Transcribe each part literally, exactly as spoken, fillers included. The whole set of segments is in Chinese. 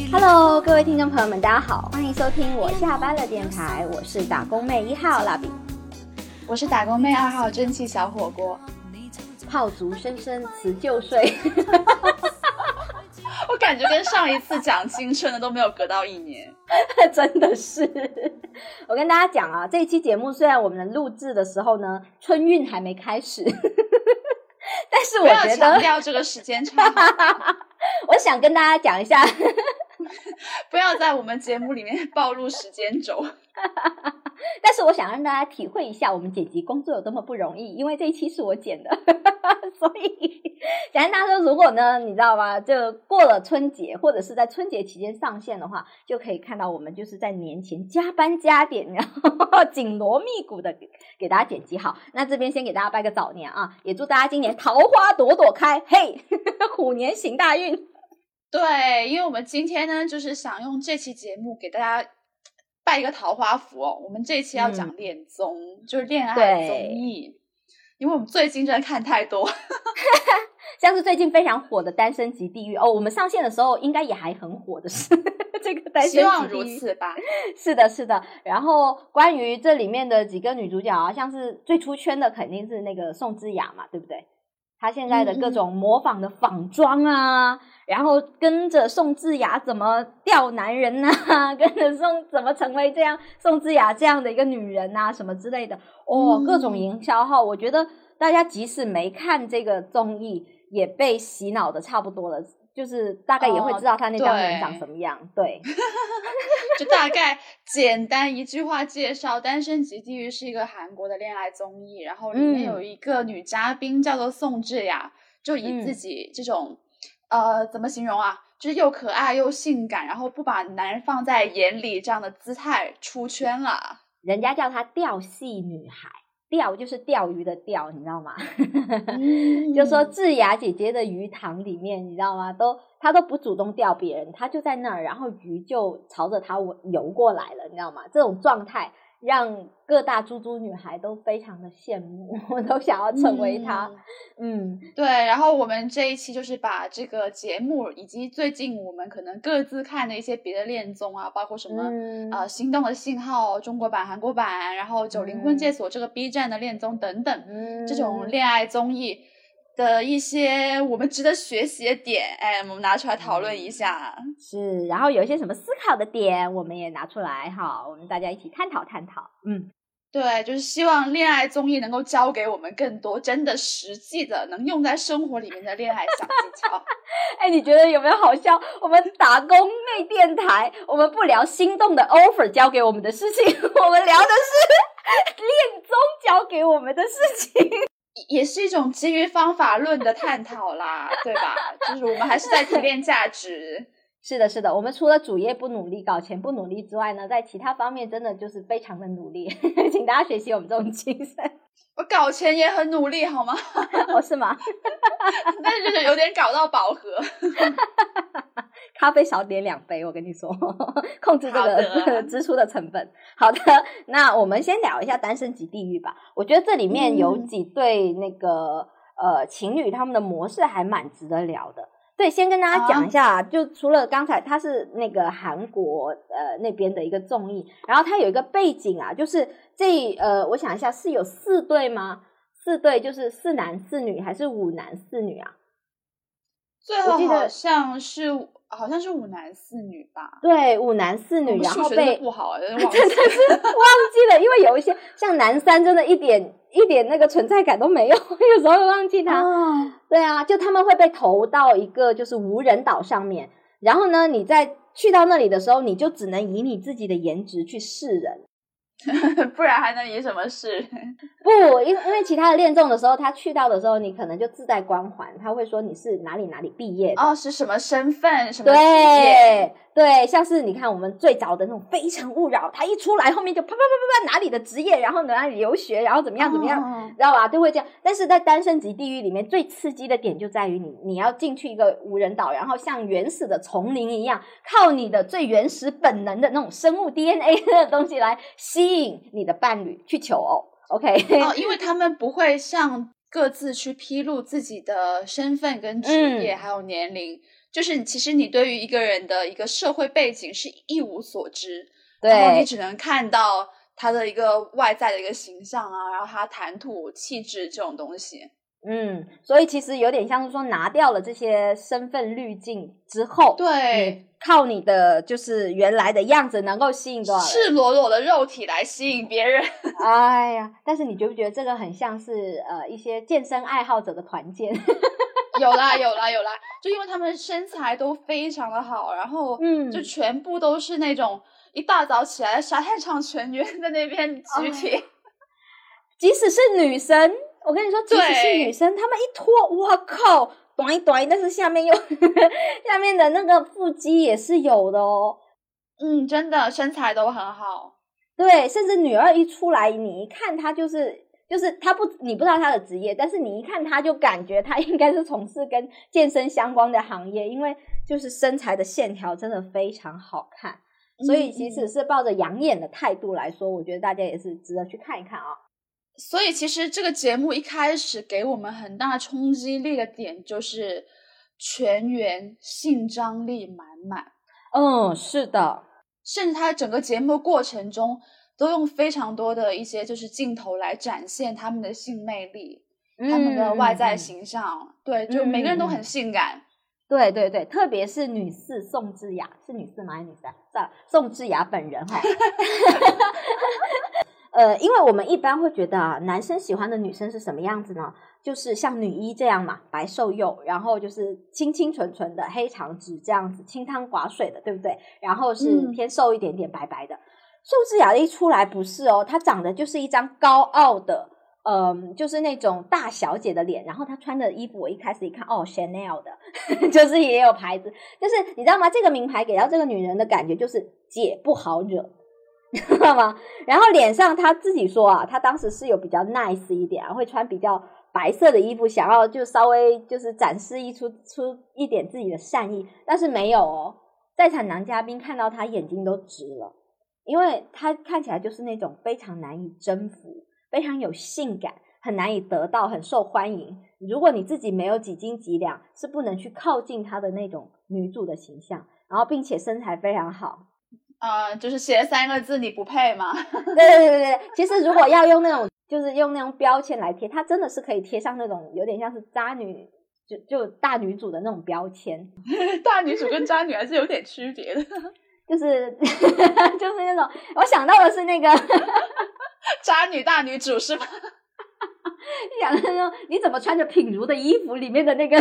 Hello， 各位听众朋友们，大家好，欢迎收听我下班了电台，我是打工妹一号蜡笔， 我是打工妹二号蒸汽小火锅， 炮竹声声辞旧岁。 我感觉跟上一次讲青春的都没有隔到一年。 真的是，我跟大家讲啊，这一期节目虽然我们录制的时候呢，春运还没开始，但是我觉得不要强调这个时间差。 我想跟大家讲一下， 不要在我们节目里面暴露时间轴。 但是我想让大家体会一下我们剪辑工作有多么不容易，因为这一期是我剪的。所以想跟大家说，如果呢你知道吗，就过了春节或者是在春节期间上线的话，就可以看到我们就是在年前加班加点，然后紧锣密鼓的 给, 给大家剪辑好。那这边先给大家拜个早年啊，也祝大家今年桃花朵朵开，嘿，虎年行大运。 对，因为我们今天呢就是想用这期节目给大家拜一个桃花符哦。我们这一期要讲恋综、嗯、就是恋爱综艺，因为我们最近真的看太多。 像是最近非常火的单身即地狱哦，我们上线的时候应该也还很火的是这个单身即地狱， 希望如此吧。 是的是的，然后关于这里面的几个女主角啊，像是最出圈的肯定是那个宋智雅嘛，对不对？她现在的各种模仿的仿妆啊、嗯、然后跟着宋智雅怎么钓男人啊，跟着宋怎么成为这样宋智雅这样的一个女人啊什么之类的哦、嗯，各种营销号，我觉得大家即使没看这个综艺也被洗脑的差不多了，就是大概也会知道她那张脸长什么样、哦、对, 对就大概简单一句话介绍，单身即地狱是一个韩国的恋爱综艺，然后里面有一个女嘉宾叫做宋智雅、嗯、就以自己这种、嗯、呃怎么形容啊，就是又可爱又性感，然后不把男人放在眼里这样的姿态出圈了， 人家叫她钓系女孩，钓就是钓鱼的钓，你知道吗？嗯、就说智雅姐姐的鱼塘里面，你知道吗？都她都不主动钓别人，她就在那儿，然后鱼就朝着她游过来了，你知道吗？这种状态让各大猪猪女孩都非常的羡慕，我都想要成为她。嗯, 嗯对，然后我们这一期就是把这个节目以及最近我们可能各自看的一些别的恋综啊，包括什么、嗯、呃心动的信号中国版韩国版，然后九零婚介所这个 B 站的恋综等等、嗯、这种恋爱综艺的一些我们值得学习的点，哎，我们拿出来讨论一下。 是，然后有一些什么思考的点我们也拿出来哈，我们大家一起探讨探讨。嗯， 对，就是希望恋爱综艺能够教给我们更多真的实际的能用在生活里面的恋爱小技巧。 哎，你觉得有没有好笑？我们打工妹电台，我们不聊心动的 offer 交给我们的事情，我们聊的是恋综交给我们的事情。 也是一种基于方法论的探讨啦，对吧？就是我们还是在提炼价值。 是的是的，我们除了主业不努力，搞钱不努力之外呢，在其他方面真的就是非常的努力。请大家学习我们这种精神。 我搞钱也很努力好吗？ 哦，是吗？ 但是就是有点搞到饱和。 咖啡少点两杯，我跟你说，控制这个支出的成本。好的，那我们先聊一下单身即地狱吧。我觉得这里面有几对那个、嗯、呃情侣，他们的模式还蛮值得聊的。对，先跟大家讲一下、啊、就除了刚才它是那个韩国呃那边的一个综艺，然后它有一个背景啊，就是这呃我想一下是有四对吗？四对就是四男四女还是五男四女啊？ 最后好像是好像是五男四女吧？ 对，五男四女，然后被不好、欸，真的是忘记了，因为有一些像男三真的一点一点那个存在感都没有，有时候会忘记他。哦、对啊，就他们会被投到一个就是无人岛上面，然后呢，你在去到那里的时候，你就只能以你自己的颜值去试人。 不然还能以什么事？ 不，因为因为其他的恋综的时候，他去到的时候，你可能就自带光环，他会说你是哪里哪里毕业的， 哦，是什么身份，什么职业？ 对对，像是你看我们最早的那种《非诚勿扰》，他一出来后面就啪啪啪啪啪哪里的职业，然后哪里留学，然后怎么样怎么样，哦、知道吧？都会这样。但是在《单身即地狱》里面，最刺激的点就在于你你要进去一个无人岛，然后像原始的丛林一样，靠你的最原始本能的那种生物 D N A 的东西来吸引你的伴侣去求偶。OK， 哦，因为他们不会像各自去披露自己的身份跟职业、嗯、还有年龄， 就是其实你对于一个人的一个社会背景是一无所知， 对， 然后你只能看到他的一个外在的一个形象啊，然后他谈吐气质这种东西。 嗯，所以其实有点像是说拿掉了这些身份滤镜之后， 对， 靠你的就是原来的样子能够吸引多少人， 赤裸裸的肉体来吸引别人。 哎呀，但是你觉不觉得这个很像是呃一些健身爱好者的团建？ 有啦有啦有啦，就因为他们身材都非常的好，然后嗯，就全部都是那种一大早起来沙滩上全员在那边举铁、哦、 即使是女生，我跟你说即使是女生，她们一脱，哇靠，短一短，但是下面又下面的那个腹肌也是有的哦。 嗯，真的身材都很好。 对，甚至女二一出来，你一看她就是就是她不，你不知道她的职业，但是你一看她就感觉她应该是从事跟健身相关的行业，因为就是身材的线条真的非常好看，所以即使是抱着养眼的态度来说，我觉得大家也是值得去看一看啊。 所以其实这个节目一开始给我们很大冲击力的点就是全员性张力满满。 嗯，是的， 甚至它整个节目过程中都用非常多的一些就是镜头来展现他们的性魅力、嗯、他们的外在形象，对，就每个人都很性感、嗯、 对对对，特别是女四宋智雅，是女四吗？还是女三？是宋智雅本人哈。呃，因为我们一般会觉得啊，男生喜欢的女生是什么样子呢？就是像女一这样嘛，白瘦幼，然后就是清清纯纯的黑长直这样子，清汤寡水的，对不对？然后是偏瘦一点点，白白的。宋智雅一出来不是哦，她长得就是一张高傲的，嗯，就是那种大小姐的脸。然后她穿的衣服，我一开始一看，哦 ，Chanel 的，就是也有牌子。就是你知道吗？这个名牌给到这个女人的感觉就是姐不好惹。知道吗？然后脸上他自己说啊，他当时是有比较 nice 一点啊，会穿比较白色的衣服，想要就稍微就是展示一出出一点自己的善意，但是没有哦。在场男嘉宾看到他眼睛都直了，因为他看起来就是那种非常难以征服，非常有性感，很难以得到，很受欢迎。如果你自己没有几斤几两，是不能去靠近他的那种女主的形象，然后并且身材非常好。 呃，就是写三个字你不配吗？ 对对对对，其实如果要用那种就是用那种标签来贴，它真的是可以贴上那种有点像是渣女就就大女主的那种标签。 大女主跟渣女还是有点区别的。 就是就是那种我想到的是那个渣女大女主是吗？ 想到那种你怎么穿着品如的衣服里面的那个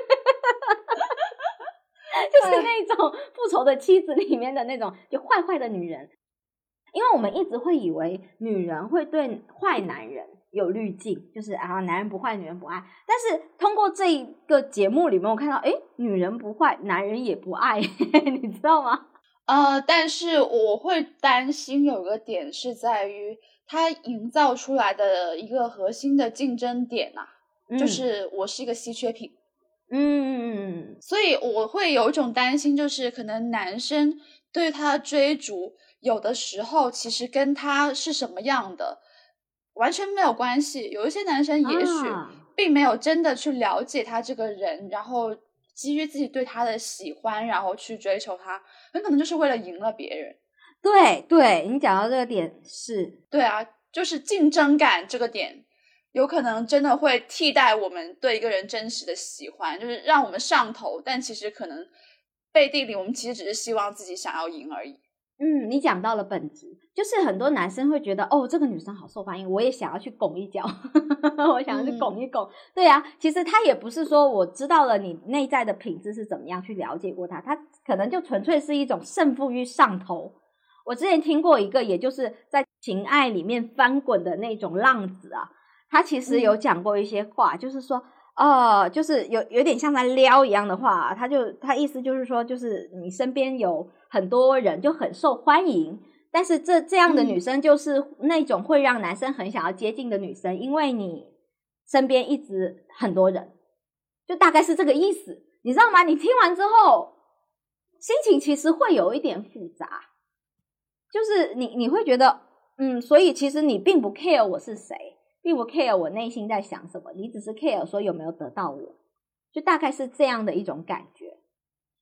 就是那种复仇的妻子里面的那种就坏坏的女人。因为我们一直会以为女人会对坏男人有滤镜，就是啊，男人不坏女人不爱，但是通过这一个节目里面我看到诶，女人不坏男人也不爱你知道吗？ 呃，但是我会担心有个点是在于它营造出来的一个核心的竞争点啊、嗯、就是我是一个稀缺品。 嗯， 所以我会有一种担心，就是可能男生对他的追逐有的时候其实跟他是什么样的完全没有关系。有一些男生也许并没有真的去了解他这个人、啊、然后基于自己对他的喜欢然后去追求他，很可能就是为了赢了别人。 对对，你讲到这个点是对啊，就是竞争感这个点有可能真的会替代我们对一个人真实的喜欢，就是让我们上头，但其实可能背地里我们其实只是希望自己想要赢而已。 嗯，你讲到了本质，就是很多男生会觉得哦，这个女生好受欢迎，我也想要去拱一脚我想要去拱一拱、嗯、对啊，其实他也不是说我知道了你内在的品质是怎么样去了解过他，他可能就纯粹是一种胜负欲上头。我之前听过一个也就是在情爱里面翻滚的那种浪子啊，他其实有讲过一些话、嗯、就是说呃，就是有有点像在撩一样的话、啊、他就他意思就是说，就是你身边有很多人就很受欢迎，但是这这样的女生就是那种会让男生很想要接近的女生、嗯、因为你身边一直很多人，就大概是这个意思，你知道吗？你听完之后心情其实会有一点复杂，就是你你会觉得嗯，所以其实你并不 care 我是谁，并不 care 我内心在想什么，你只是 care 说有没有得到我，就大概是这样的一种感觉。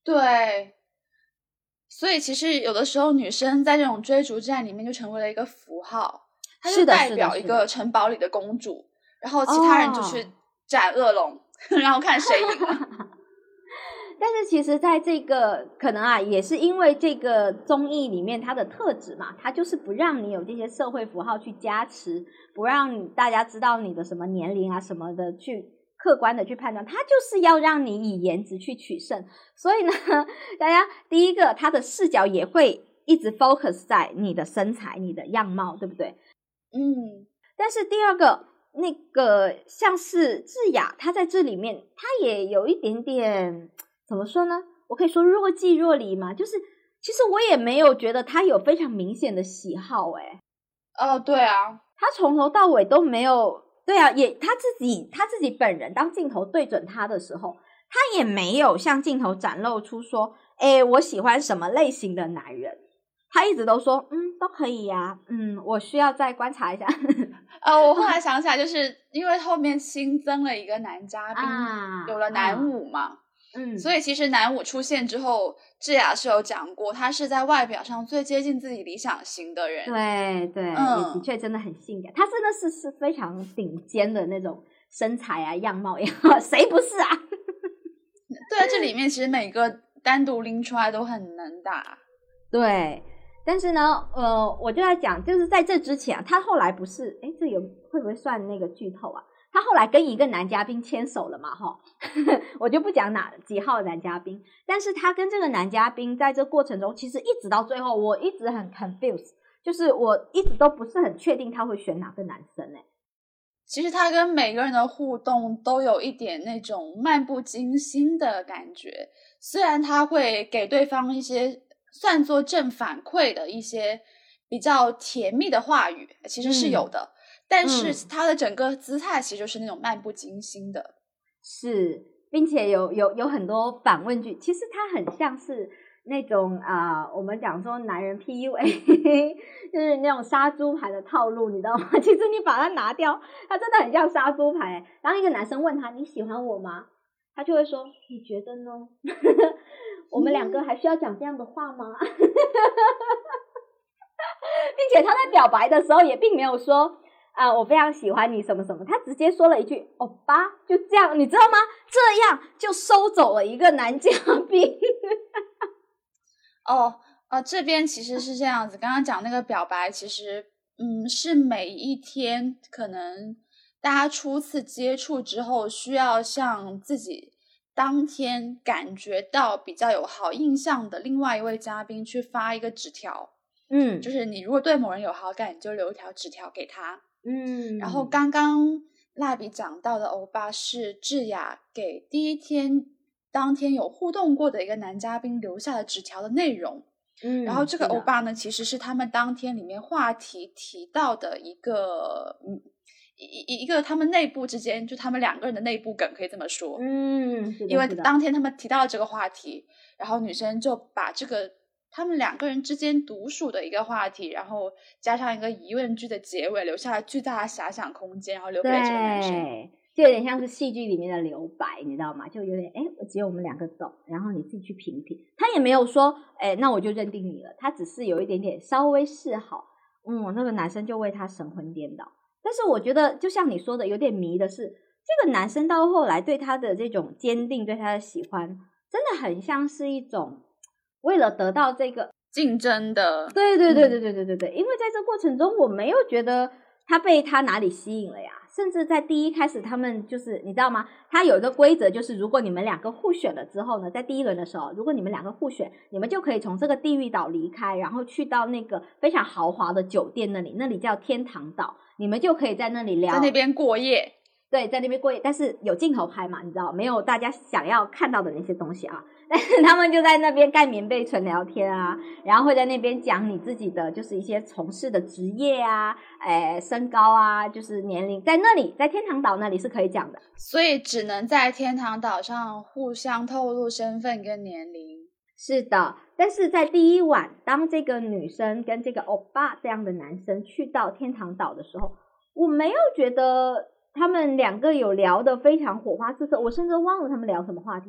对，所以其实有的时候女生在这种追逐战里面就成为了一个符号，她就代表一个城堡里的公主，然后其他人就去斩恶龙、哦、然后看谁赢了。 但是其实在这个可能啊也是因为这个综艺里面它的特质嘛，它就是不让你有这些社会符号去加持，不让大家知道你的什么年龄啊什么的去客观的去判断，它就是要让你以颜值去取胜。所以呢大家第一个它的视角也会一直 focus 在你的身材你的样貌，对不对？ 嗯， 但是第二个那个像是智雅，她在这里面她也有一点点怎么说呢，我可以说若即若离嘛，就是其实我也没有觉得她有非常明显的喜好诶。 哦，对啊， 她从头到尾都没有，对啊，也她自己她自己本人当镜头对准她的时候，她也没有向镜头展露出说诶我喜欢什么类型的男人，她一直都说嗯都可以呀、啊、嗯我需要再观察一下。 呃，我后来想起来，就是因为后面新增了一个男嘉宾、 啊、 有了男五嘛， 嗯， 所以其实男五出现之后，智雅是有讲过，他是在外表上最接近自己理想型的人。 对对、嗯、也的确真的很性感，他真的是是非常顶尖的那种身材啊样貌呀，谁不是啊？ 对，这里面其实每个单独拎出来都很能打。 对，但是呢呃，我就在讲就是在这之前、啊、他后来不是诶这有会不会算那个剧透啊？他后来跟一个男嘉宾牵手了嘛齁我就不讲哪几号男嘉宾，但是他跟这个男嘉宾在这过程中其实一直到最后我一直很 confused， 就是我一直都不是很确定他会选哪个男生诶。 其实他跟每个人的互动都有一点那种漫不经心的感觉，虽然他会给对方一些算作正反馈的一些比较甜蜜的话语，其实是有的、嗯、但是他的整个姿态其实就是那种漫不经心的。 是，并且有有有很多反问句，其实他很像是那种啊、呃，我们讲说男人 P U A 就是那种杀猪盘的套路，你知道吗？其实你把它拿掉，他真的很像杀猪盘。当一个男生问他你喜欢我吗，他就会说你觉得呢？我们两个还需要讲这样的话吗？并且他在表白的时候也并没有说啊、呃，我非常喜欢你什么什么，他直接说了一句欧巴，就这样，你知道吗？这样就收走了一个男嘉宾。 哦，呃，这边其实是这样子，刚刚讲那个表白，其实嗯，是每一天可能大家初次接触之后，需要向自己当天感觉到比较有好印象的另外一位嘉宾去发一个纸条。 嗯， 就是你如果对某人有好感，你就留一条纸条给他。 嗯， 然后刚刚蜡笔讲到的欧巴是智雅给第一天当天有互动过的一个男嘉宾留下的纸条的内容。嗯，然后这个欧巴呢，其实是他们当天里面话题提到的一个嗯一一个他们内部之间，就他们两个人的内部梗，可以这么说。 嗯， 因为当天他们提到了这个话题，然后女生就把这个他们两个人之间独属的一个话题，然后加上一个疑问句的结尾，留下了巨大的遐想空间，然后留给了这个男生。 就有点像是戏剧里面的留白，你知道吗？就有点诶只有我们两个懂，然后你自己去评评。他也没有说诶那我就认定你了，他只是有一点点稍微示好，嗯，那个男生就为他神魂颠倒。但是我觉得就像你说的有点迷的是，这个男生到后来对他的这种坚定，对他的喜欢，真的很像是一种为了得到这个竞争的。 对对对对对对对对、嗯、因为在这过程中我没有觉得他被他哪里吸引了呀，甚至在第一开始他们就是你知道吗，他有一个规则，就是如果你们两个互选了之后呢，在第一轮的时候如果你们两个互选，你们就可以从这个地狱岛离开，然后去到那个非常豪华的酒店那里，那里叫天堂岛，你们就可以在那里聊， 在那边过夜。 对，在那边过夜，但是有镜头拍嘛，你知道没有大家想要看到的那些东西啊，但是他们就在那边盖棉被纯聊天啊，然后会在那边讲你自己的就是一些从事的职业啊，诶身高啊，就是年龄，在那里在天堂岛那里是可以讲的， 所以只能在天堂岛上互相透露身份跟年龄。 是的，但是在第一晚当这个女生跟这个欧巴这样的男生去到天堂岛的时候，我没有觉得他们两个有聊得非常火花四射，我甚至忘了他们聊什么话题。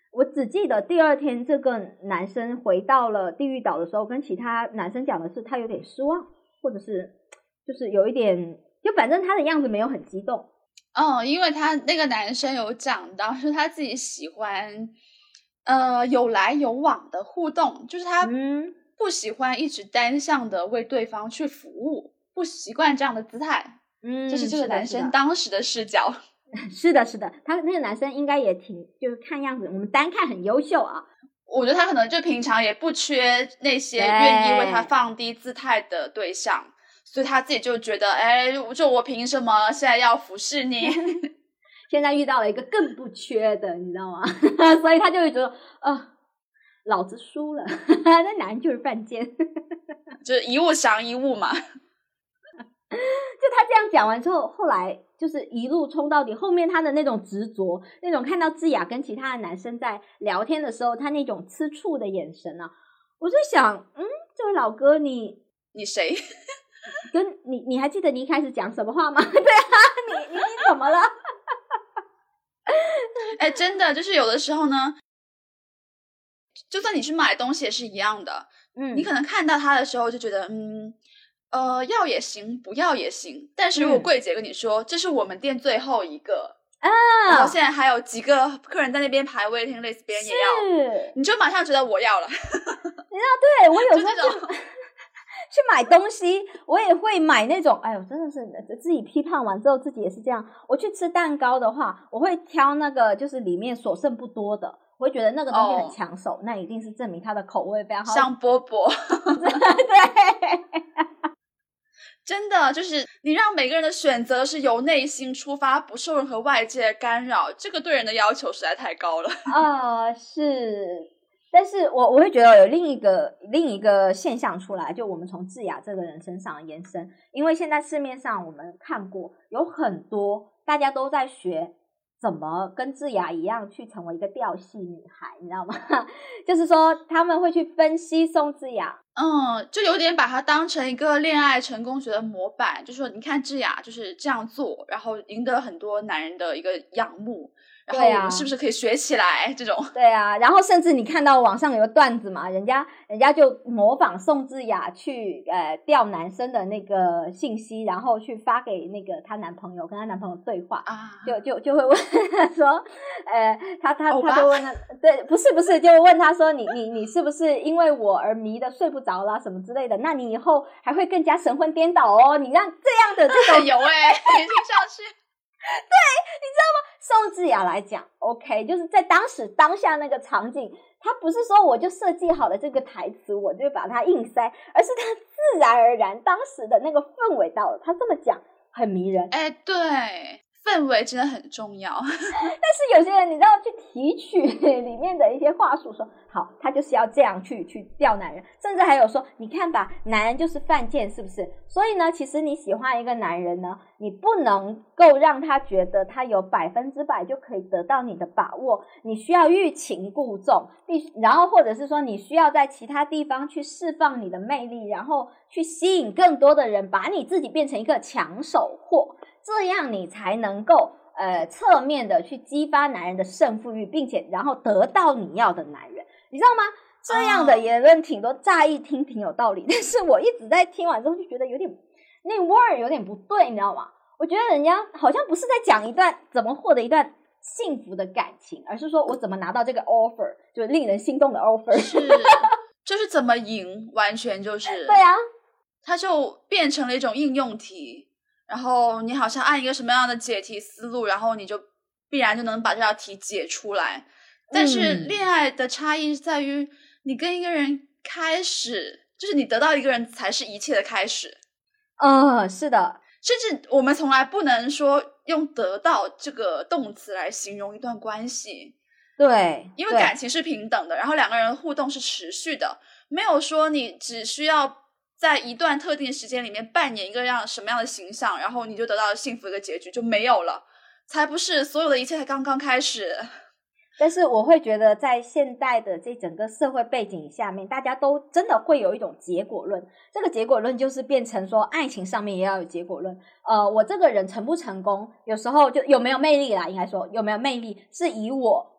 我只记得第二天这个男生回到了地狱岛的时候，跟其他男生讲的是他有点失望，或者是就是有一点，就反正他的样子没有很激动。 哦，因为他那个男生有讲到说他自己喜欢呃有来有往的互动，就是他不喜欢一直单向的为对方去服务，不习惯这样的姿态。嗯，这是这个男生当时的视角。 是的，是的，他那个男生应该也挺，就是看样子我们单看很优秀啊。 我觉得他可能就平常也不缺那些愿意为他放低姿态的对象，所以他自己就觉得，哎，就我凭什么现在要服侍你？ 现在遇到了一个更不缺的，你知道吗？所以他就会觉得，呃，老子输了，那男人就是犯贱， 就是一物降一物嘛。 就他这样讲完之后，后来就是一路冲到底，后面他的那种执着，那种看到智雅跟其他的男生在聊天的时候，他那种吃醋的眼神啊，我在想，嗯，这位老哥你你谁？ 跟你你还记得你一开始讲什么话吗？对啊，你你你怎么了？ 哎，真的就是有的时候呢，就算你去买东西也是一样的，嗯，你可能看到他的时候就觉得，嗯。呃，要也行，不要也行。但是如果柜姐跟你说，嗯、这是我们店最后一个啊，然后现在还有几个客人在那边排 waiting list， 别人也要，你就马上觉得我要了。你知道，对我有时候去去买东西，我也会买那种，哎呦，真的是自己批判完之后，自己也是这样。我去吃蛋糕的话，我会挑那个就是里面所剩不多的。我会觉得那个东西很抢手，哦、那一定是证明它的口味非常好， 像波波。 对。 真的就是你让每个人的选择是由内心出发，不受任何外界的干扰，这个对人的要求实在太高了啊、呃！是，但是我我会觉得有另一个另一个现象出来，就我们从智雅这个人身上延伸，因为现在市面上我们看过有很多大家都在学怎么跟智雅一样去成为一个调戏女孩，你知道吗？就是说他们会去分析宋智雅。 嗯，就有点把它当成一个恋爱成功学的模板，就说你看智雅就是这样做，然后赢得很多男人的一个仰慕，然后我们是不是可以学起来这种？ 对啊，然后甚至你看到网上有个段子嘛，人家人家就模仿宋智雅去呃调男生的那个信息，然后去发给那个她男朋友，跟她男朋友对话啊，就就就会问他说，呃，他他他就问他，对，不是不是，就问他说，你你你是不是因为我而迷得睡不着啦什么之类的？那你以后还会更加神魂颠倒哦，你让这样的这种有哎、欸，听上去。 对，你知道吗？宋智雅来讲 OK， 就是在当时当下那个场景，他不是说我就设计好了这个台词我就把它硬塞，而是他自然而然当时的那个氛围到了，他这么讲很迷人。 哎，对，氛围真的很重要。 但是有些人你知道去提取里面的一些话术说好他就是要这样去去钓男人，甚至还有说你看吧，男人就是犯贱是不是？所以呢其实你喜欢一个男人呢，你不能够让他觉得他有百分之百就可以得到你的把握，你需要欲擒故纵，然后或者是说你需要在其他地方去释放你的魅力，然后去吸引更多的人，把你自己变成一个抢手货，这样你才能够呃侧面的去激发男人的胜负欲，并且然后得到你要的男人，你知道吗？这样的言论挺多，乍一听挺有道理，但是我一直在听完之后就觉得有点那味儿有点不对，你知道吗？我觉得人家好像不是在讲一段怎么获得一段幸福的感情，而是说我怎么拿到这个 offer， 就令人心动的 offer， 是就是怎么赢，完全就是对啊， 它就变成了一种应用题，然后你好像按一个什么样的解题思路，然后你就必然就能把这道题解出来。但是恋爱的差异在于你跟一个人开始，就是你得到一个人才是一切的开始。 嗯，是的， 甚至我们从来不能说用得到这个动词来形容一段关系。 对， 因为感情是平等的，然后两个人的互动是持续的，没有说你只需要在一段特定时间里面扮演一个样什么样的形象，然后你就得到了幸福的一个结局，就没有了，才不是，所有的一切才刚刚开始。 但是我会觉得在现代的这整个社会背景下面，大家都真的会有一种结果论，这个结果论就是变成说爱情上面也要有结果论。呃，我这个人成不成功，有时候就有没有魅力啦，应该说有没有魅力是以我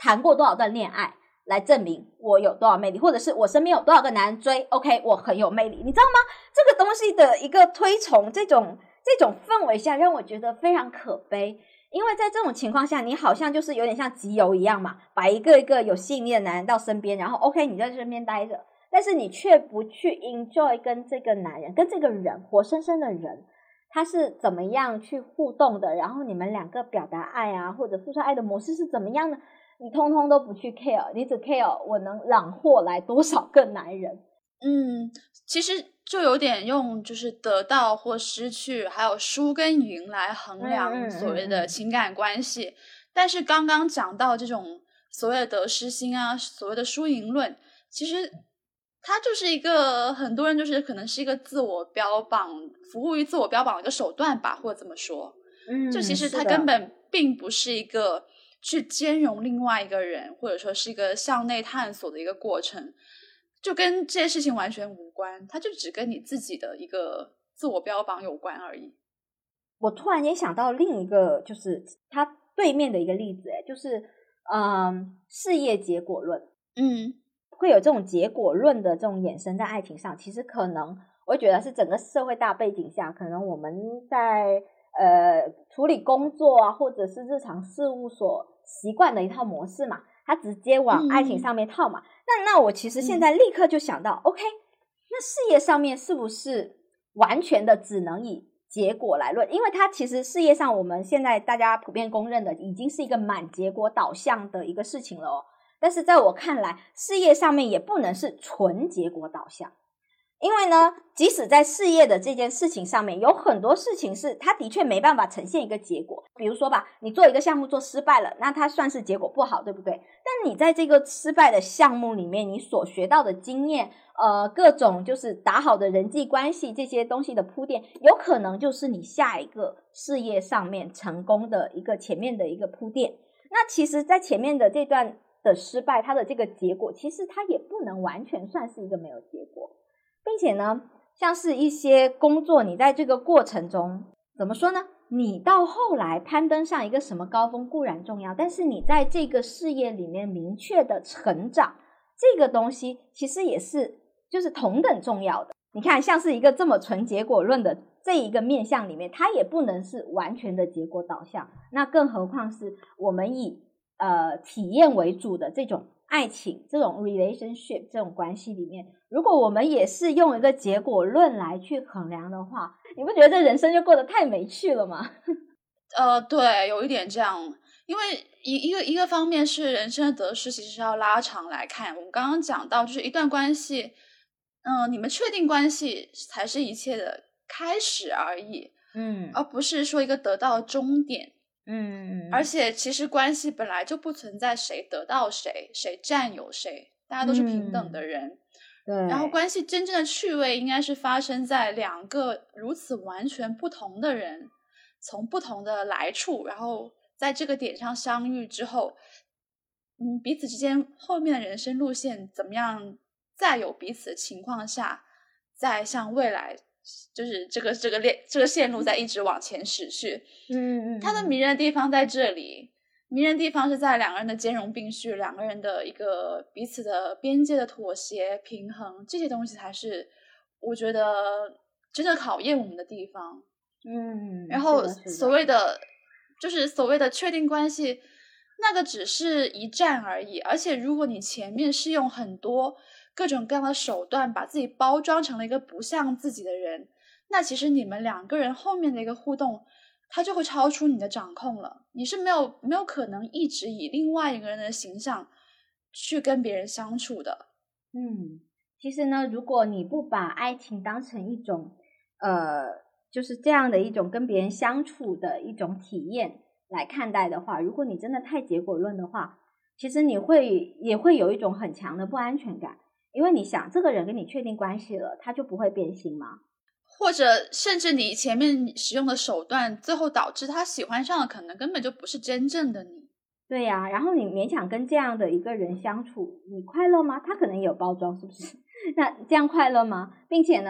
谈过多少段恋爱来证明我有多少魅力，或者是我身边有多少个男人追 OK 我很有魅力，你知道吗？这个东西的一个推崇，这种这种氛围下让我觉得非常可悲。因为在这种情况下，你好像就是有点像集邮一样嘛，把一个一个有吸引力的男人到身边，然后 OK 你在身边待着，但是你却不去 enjoy 跟这个男人跟这个人活生生的人他是怎么样去互动的，然后你们两个表达爱啊或者付出爱的模式是怎么样的，你通通都不去 care， 你只 care 我能揽获来多少个男人。 嗯，其实就有点用就是得到或失去还有输跟赢来衡量所谓的情感关系、嗯嗯嗯、但是刚刚讲到这种所谓的得失心啊，所谓的输赢论，其实它就是一个很多人就是可能是一个自我标榜，服务于自我标榜的一个手段吧，或者这么说。嗯，就其实它根本并不是一个去兼容另外一个人，或者说是一个向内探索的一个过程，就跟这些事情完全无关，它就只跟你自己的一个自我标榜有关而已。 我突然间想到另一个就是它对面的一个例子，就是嗯，事业结果论。 嗯， 会有这种结果论的这种衍生在爱情上，其实可能我觉得是整个社会大背景下，可能我们在呃处理工作啊或者是日常事务所习惯的一套模式嘛，它直接往爱情上面套嘛。嗯、那那我其实现在立刻就想到、嗯、OK， 那事业上面是不是完全的只能以结果来论？因为它其实事业上我们现在大家普遍公认的已经是一个满结果导向的一个事情了哦。但是在我看来，事业上面也不能是纯结果导向，因为呢，即使在事业的这件事情上面，有很多事情是它的确没办法呈现一个结果。比如说吧，你做一个项目做失败了，那它算是结果不好，对不对？但你在这个失败的项目里面，你所学到的经验，呃，各种就是打好的人际关系这些东西的铺垫，有可能就是你下一个事业上面成功的一个前面的一个铺垫。那其实在前面的这段的失败，它的这个结果其实它也不能完全算是一个没有结果，并且呢，像是一些工作，你在这个过程中怎么说呢，你到后来攀登上一个什么高峰固然重要，但是你在这个事业里面明确的成长，这个东西其实也是就是同等重要的。你看像是一个这么纯结果论的这一个面向里面，它也不能是完全的结果导向，那更何况是我们以呃，体验为主的这种爱情，这种 relationship 这种关系里面，如果我们也是用一个结果论来去衡量的话，你不觉得这人生就过得太没趣了吗？ 呃，对，有一点这样，因为一一个一个方面是人生的得失，其实是要拉长来看。我们刚刚讲到，就是一段关系，嗯、呃，你们确定关系才是一切的开始而已，嗯，而不是说一个得到的终点。嗯，而且其实关系本来就不存在谁得到谁，谁占有谁，大家都是平等的人。嗯、对。然后关系真正的趣味应该是发生在两个如此完全不同的人，从不同的来处，然后在这个点上相遇之后，嗯，彼此之间后面的人生路线怎么样，在有彼此的情况下，再向未来。就是这个这个链这个线路在一直往前驶去，嗯嗯，它的迷人的地方在这里，迷人的地方是在两个人的兼容并蓄，两个人的一个彼此的边界的妥协平衡，这些东西才是我觉得真正考验我们的地方。嗯，然后所谓的就是所谓的确定关系，那个只是一站而已，而且如果你前面是用很多各种各样的手段把自己包装成了一个不像自己的人，那其实你们两个人后面的一个互动，它就会超出你的掌控了。你是没有没有可能一直以另外一个人的形象去跟别人相处的。 嗯，其实呢，如果你不把爱情当成一种呃，就是这样的一种跟别人相处的一种体验来看待的话，如果你真的太结果论的话，其实你会也会有一种很强的不安全感。因为你想这个人跟你确定关系了，他就不会变心吗？ 或者甚至你前面使用的手段最后导致他喜欢上的可能根本就不是真正的你。 对呀、啊，然后你勉强跟这样的一个人相处，你快乐吗？他可能也有包装，是不是？那这样快乐吗？并且呢，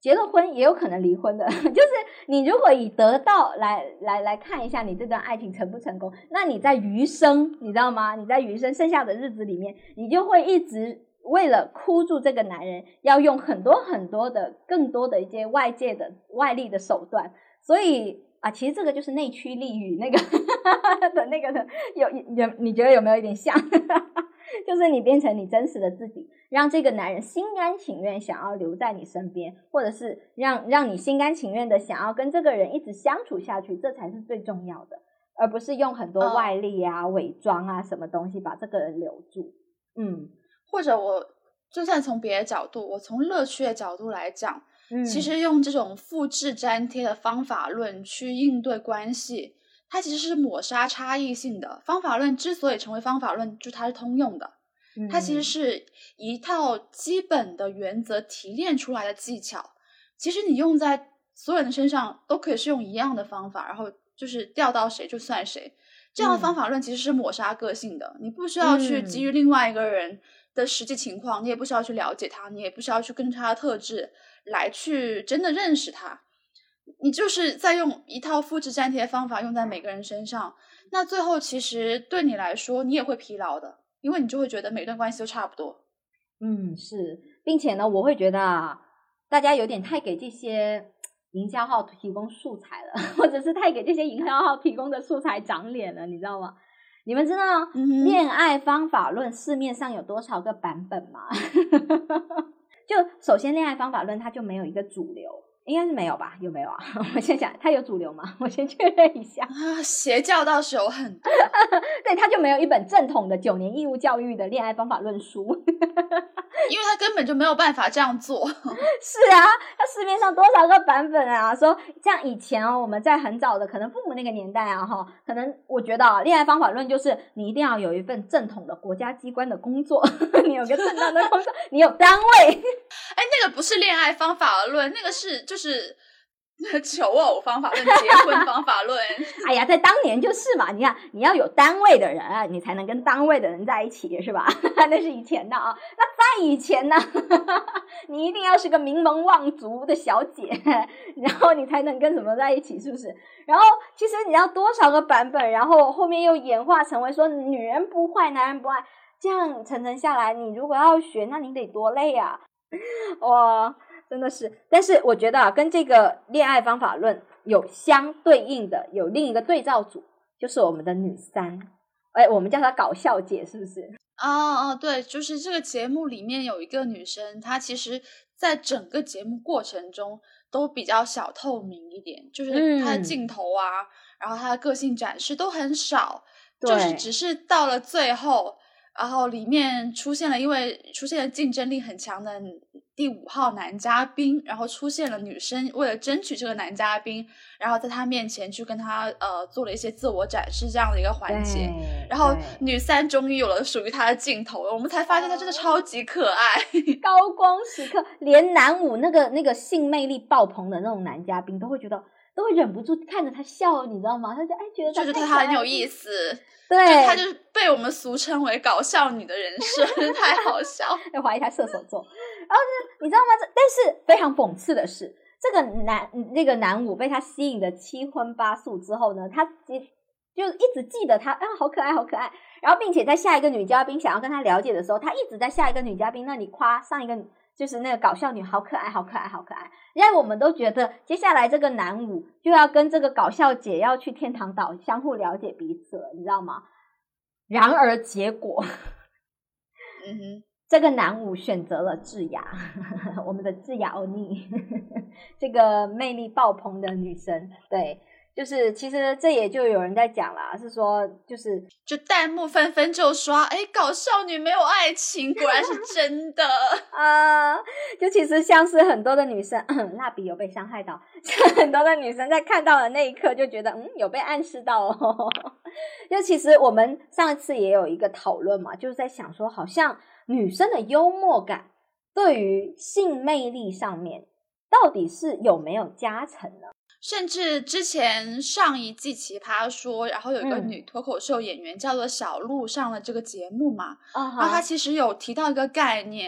结了婚也有可能离婚的，就是你如果以得到来来来看一下你这段爱情成不成功，那你在余生你知道吗？你在余生剩下的日子里面，你就会一直为了箍住这个男人，要用很多很多的更多的一些外界的外力的手段，所以啊，其实这个就是内驱力与那个的那个的，有有你觉得有没有一点像？就是你变成你真实的自己，让这个男人心甘情愿想要留在你身边，或者是让让你心甘情愿的想要跟这个人一直相处下去，这才是最重要的，而不是用很多外力啊、哦、伪装啊什么东西把这个人留住。嗯， 或者我就算从别的角度，我从乐趣的角度来讲， 嗯， 其实用这种复制粘贴的方法论去应对关系，它其实是抹杀差异性的。方法论之所以成为方法论，就它是通用的，嗯，它其实是一套基本的原则提炼出来的技巧，其实你用在所有人身上都可以是用一样的方法，然后就是钓到谁就算谁。这样的方法论其实是抹杀个性的，嗯，你不需要去基于另外一个人的实际情况，嗯，你也不需要去了解他，你也不需要去跟他的特质来去真的认识他，你就是在用一套复制粘贴的方法用在每个人身上，那最后其实对你来说你也会疲劳的，因为你就会觉得每段关系都差不多。 嗯，是，并且呢，我会觉得啊，大家有点太给这些营销号提供素材了，或者是太给这些营销号提供的素材长脸了，你知道吗？你们知道恋爱方法论市面上有多少个版本吗？就首先恋爱方法论它就没有一个主流，应该是没有吧？有没有啊？我先讲它有主流吗？我先确认一下啊，邪教倒是有很多对，它就没有一本正统的九年义务教育的恋爱方法论书因为他根本就没有办法这样做是啊，它市面上多少个版本啊，说像以前哦，我们在很早的可能父母那个年代啊哈，可能我觉得啊，恋爱方法论就是你一定要有一份正统的国家机关的工作你有个正当的工作你有单位哎，那个不是恋爱方法论，那个是就是求偶方法论、结婚方法论哎呀，在当年就是嘛，你看你要有单位的人你才能跟单位的人在一起是吧那是以前的啊，那在以前呢你一定要是个名门望族的小姐，然后你才能跟什么在一起，是不是？然后其实你要多少个版本，然后后面又演化成为说女人不坏男人不爱，这样层层下来，你如果要学那你得多累啊哇，真的是。但是我觉得啊，跟这个恋爱方法论有相对应的有另一个对照组，就是我们的女三，哎，我们叫她搞笑姐，是不是？ 哦哦，对，就是这个节目里面有一个女生，她其实在整个节目过程中都比较小透明一点，就是她的镜头啊、嗯、然后她的个性展示都很少，就是只是到了最后，然后里面出现了因为出现了竞争力很强的第五号男嘉宾，然后出现了女生为了争取这个男嘉宾，然后在他面前去跟他呃做了一些自我展示这样的一个环节，然后女三终于有了属于她的镜头了，我们才发现她真的超级可爱高光时刻，连男五那个那个性魅力爆棚的那种男嘉宾都会觉得都会忍不住看着他笑，你知道吗？他就哎觉得他觉得他很有意思， 对， 就他就是被我们俗称为搞笑女的人设太好笑要怀疑他射手座。然后就是你知道吗，但是非常讽刺的是，这个男那个男五被他吸引的七荤八素之后呢，他就一直记得他啊，好可爱好可爱，然后并且在下一个女嘉宾想要跟他了解的时候，他一直在下一个女嘉宾那里夸上一个就是那个搞笑女好可爱好可爱好可爱，因为我们都觉得接下来这个男五就要跟这个搞笑姐要去天堂岛相互了解彼此了，你知道吗？然而结果嗯哼， 这个男五选择了智雅我们的智雅欧尼这个魅力爆棚的女生，对，就是其实这也就有人在讲啦，是说就是就弹幕纷纷就刷哎，搞笑女没有爱情果然是真的啊，就其实像是很多的女生蜡笔有被伤害到，很多的女生在看到的那一刻就觉得嗯有被暗示到哦就其实我们上一次也有一个讨论嘛，就是在想说好像女生的幽默感对于性魅力上面到底是有没有加成呢？ 甚至之前上一季奇葩说，然后有一个女脱口秀演员叫做小鹿上了这个节目嘛， 嗯、 然后她其实有提到一个概念，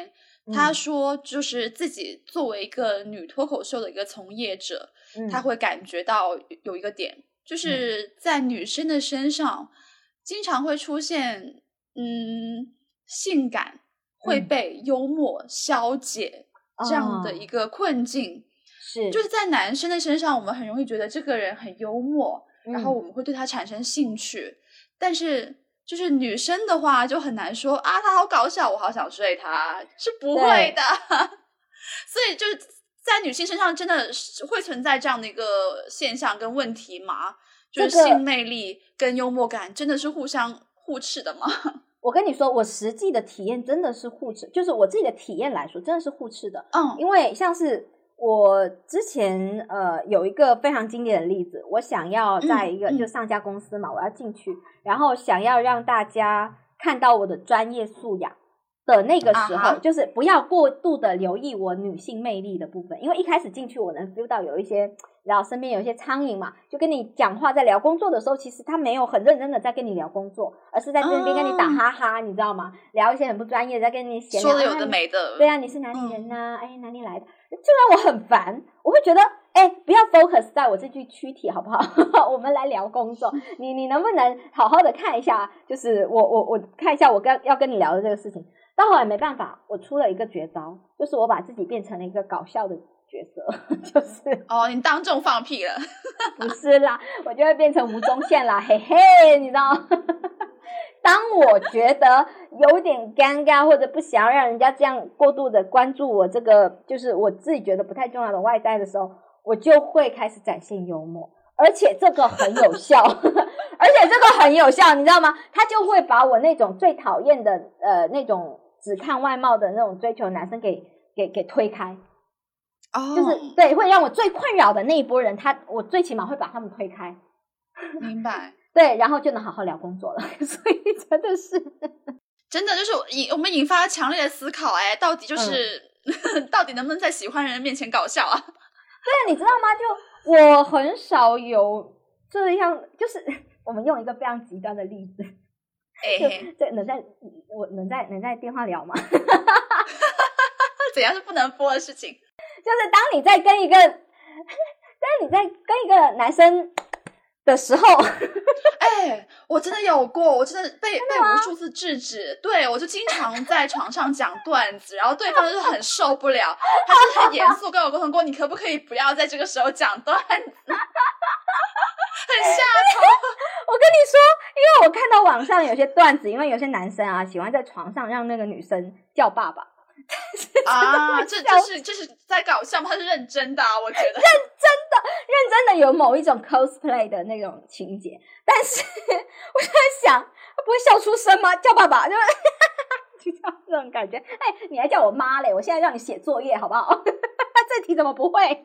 他说就是自己作为一个女脱口秀的一个从业者，嗯、他会感觉到有一个点，就是在女生的身上经常会出现嗯性感会被幽默消解这样的一个困境。 嗯哦、是就是在男生的身上我们很容易觉得这个人很幽默，嗯、然后我们会对他产生兴趣，但是就是女生的话就很难说啊他好搞笑我好想睡他，是不会的所以就是在女性身上真的会存在这样的一个现象跟问题吗？就是性魅力跟幽默感真的是互相互斥的吗？ 我跟你说我实际的体验真的是互斥，就是我自己的体验来说真的是互斥的。 嗯， 因为像是我之前呃有一个非常经典的例子，我想要在一个、嗯、就上家公司嘛、嗯、我要进去，然后想要让大家看到我的专业素养的那个时候、uh-huh. 就是不要过度的留意我女性魅力的部分，因为一开始进去我能 feel 到有一些然后身边有一些苍蝇嘛，就跟你讲话在聊工作的时候其实他没有很认真的在跟你聊工作，而是在这边跟你打哈哈、uh-huh. 你知道吗，聊一些很不专业的在跟你闲聊， 说的有的没的、 啊、对啊你是哪里人啊、嗯、哎哪里来的，就让我很烦，我会觉得哎，不要 focus 在我这具躯体好不好我们来聊工作，你你能不能好好的看一下，就是我我我看一下我跟要跟你聊的这个事情。到后来没办法，我出了一个绝招，就是我把自己变成了一个搞笑的角色，就是哦，你当众放屁了不是啦，我就会变成吴宗宪啦，嘿嘿，你知道当我觉得有点尴尬或者不想要让人家这样过度的关注我这个就是我自己觉得不太重要的外在的时候，我就会开始展现幽默，而且这个很有效而且这个很有效你知道吗，他就会把我那种最讨厌的呃那种只看外貌的那种追求男生给给给推开哦， oh. 就是对会让我最困扰的那一波人，他我最起码会把他们推开， 明白对，然后就能好好聊工作了所以真的是真的就是引我们引发强烈的思考，哎，到底就是、嗯、到底能不能在喜欢人面前搞笑啊？对啊，你知道吗？就我很少有这样，就是我们用一个非常极端的例子， 哎、欸， 这能在我能在能在电话聊吗？ 怎样是不能播的事情？ 就是当你在跟一个，当你在跟一个男生的时候， 哎、欸，我真的有过，我真的被被无数次制止。对，我就经常在床上讲段子，然后对方就很受不了，他是很严肃跟我沟通过，你可不可以不要在这个时候讲段子？很下头。 我跟你说，因为我看到网上有些段子，因为有些男生啊喜欢在床上让那个女生叫爸爸。 啊，这这是这是在搞笑吗？他是认真的啊，我觉得认真的认真的有某一种 cosplay 的那种情节，但是我就在想，他不会笑出声吗？叫爸爸就就这种感觉。哎，你还叫我妈嘞？我现在让你写作业好不好？这题怎么不会？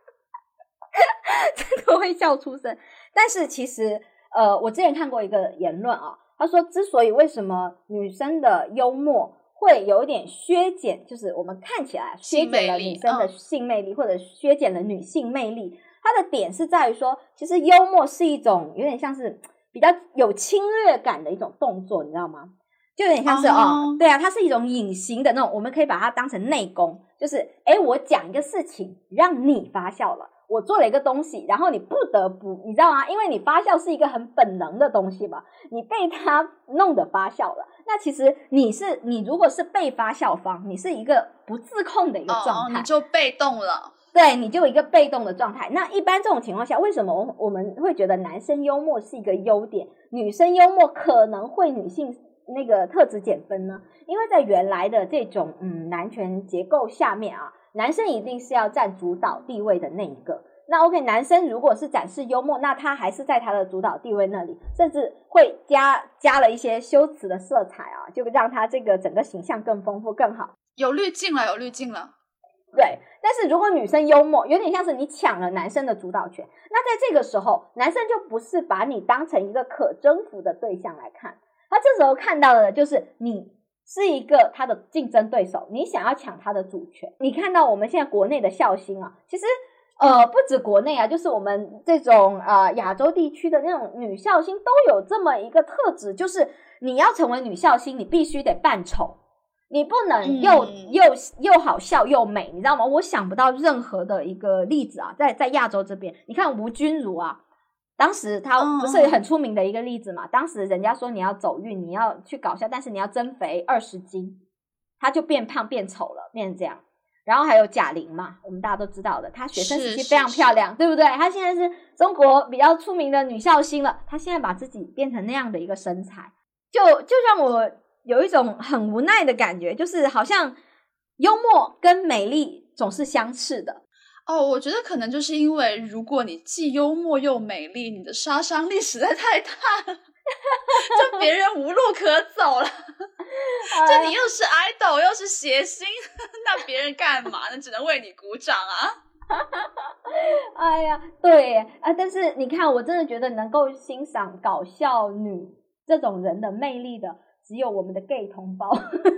真的会笑出声。但是其实呃，我之前看过一个言论啊，他说之所以为什么女生的幽默会有一点削减，就是我们看起来削减了女生的性魅力、嗯、或者削减了女性魅力，它的点是在于说其实幽默是一种有点像是比较有侵略感的一种动作，你知道吗？就有点像是、uh-huh. 哦，对啊，它是一种隐形的那种，我们可以把它当成内功，就是诶我讲一个事情让你发笑了，我做了一个东西，然后你不得不，你知道吗？因为你发笑是一个很本能的东西嘛，你被它弄得发笑了，那其实你是你如果是被发笑方，你是一个不自控的一个状态， 哦，你就被动了， 对，你就有一个被动的状态。那一般这种情况下，为什么我们会觉得男生幽默是一个优点，女生幽默可能会女性那个特质减分呢？因为在原来的这种嗯男权结构下面啊，男生一定是要占主导地位的那一个。那 OK， 男生如果是展示幽默，那他还是在他的主导地位那里，甚至会加加了一些修辞的色彩啊，就让他这个整个形象更丰富更好， 有滤镜了，有滤镜了。 对，但是如果女生幽默，有点像是你抢了男生的主导权，那在这个时候，男生就不是把你当成一个可征服的对象来看，他这时候看到的就是你是一个他的竞争对手，你想要抢他的主权。你看到我们现在国内的笑星啊，其实呃不止国内啊，就是我们这种呃亚洲地区的那种女笑星都有这么一个特质，就是你要成为女笑星，你必须得扮丑。 你不能又、嗯、又又好笑又美，你知道吗？我想不到任何的一个例子啊，在在亚洲这边，你看吴君如啊，当时她不是很出名的一个例子嘛？嗯、当时人家说你要走运，你要去搞笑，但是你要增肥二十斤，她就变胖变丑了，变成这样。然后还有贾玲嘛，我们大家都知道的，她学生时期非常漂亮，对不对？她现在是中国比较出名的女笑星了，她现在把自己变成那样的一个身材，就就让我有一种很无奈的感觉，就是好像幽默跟美丽总是相斥的。 哦，我觉得可能就是因为如果你既幽默又美丽，你的杀伤力实在太大了，就别人无路可走了。就你又是 idol 又是谐星，那别人干嘛呢？只能为你鼓掌啊。 哎呀，对啊，但是你看，我真的觉得能够欣赏搞笑女这种人的魅力的，只有我们的 gay 同胞。我突然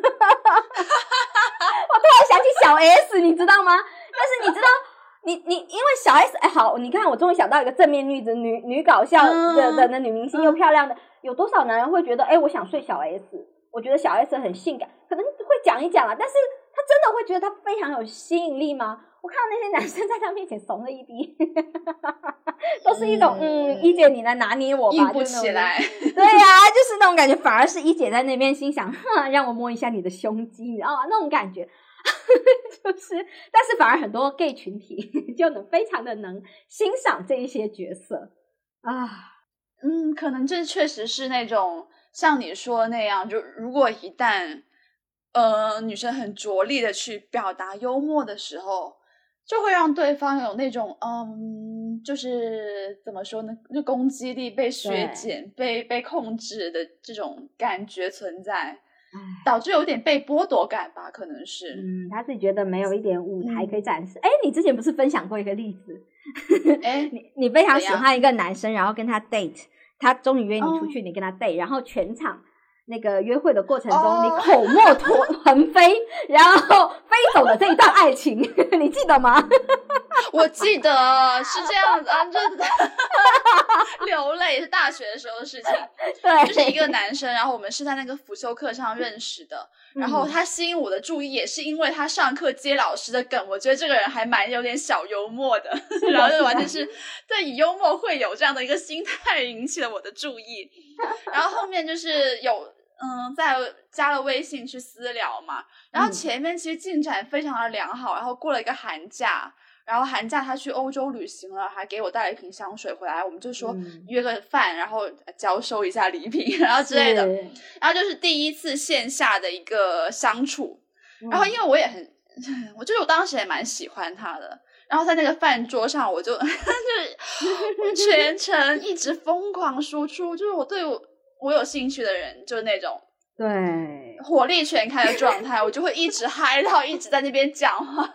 想起小 S， 你知道吗？但是你知道，你你因为小 S， 哎，好，你看我终于想到一个正面例子，女女搞笑的的的女明星又漂亮的，有多少男人会觉得，哎，我想睡小 S， 我觉得小 S 很性感，可能会讲一讲啊，但是他真的会觉得他非常有吸引力吗？我看到那些男生在他面前怂了一逼，都是一种嗯，嗯，一姐你来拿捏我吧， 硬不起来。 对呀、啊，就是那种感觉，反而是一姐在那边心想，哼，让我摸一下你的胸肌，你知道吗？那种感觉，就是，但是反而很多 gay 群体就能非常的能欣赏这一些角色啊， 嗯，可能这确实是那种像你说那样，就如果一旦呃女生很着力的去表达幽默的时候。就会让对方有那种嗯，就是怎么说呢，就攻击力被削减、被被控制的这种感觉存在，导致有点被剥夺感吧，可能是。 嗯，他自己觉得没有一点舞台可以展示。哎、嗯，你之前不是分享过一个例子？哎，你你非常喜欢一个男生，然后跟他 date， 他终于约你出去，哦、你跟他 date， 然后全场。那个约会的过程中，哦、你口沫拖横飞，然后飞走的这一段爱情，你记得吗？ 我记得是这样子啊，就流泪是大学的时候的事情。对，就是一个男生，然后我们是在那个辅修课上认识的，然后他吸引我的注意也是因为他上课接老师的梗，我觉得这个人还蛮有点小幽默的，然后就完全是对以幽默会有这样的一个心态引起了我的注意，然后后面就是有。嗯，在加了微信去私聊嘛，然后前面其实进展非常的良好，然后过了一个寒假，然后寒假他去欧洲旅行了，还给我带了一瓶香水回来，我们就说约个饭，然后交收一下礼品，然后之类的，然后就是第一次线下的一个相处，然后因为我也很，我就是我当时也蛮喜欢他的。然后在那个饭桌上，我就就是全程一直疯狂输出，就是我对我。我有兴趣的人就是那种对火力全开的状态，我就会一直嗨到一直在那边讲话，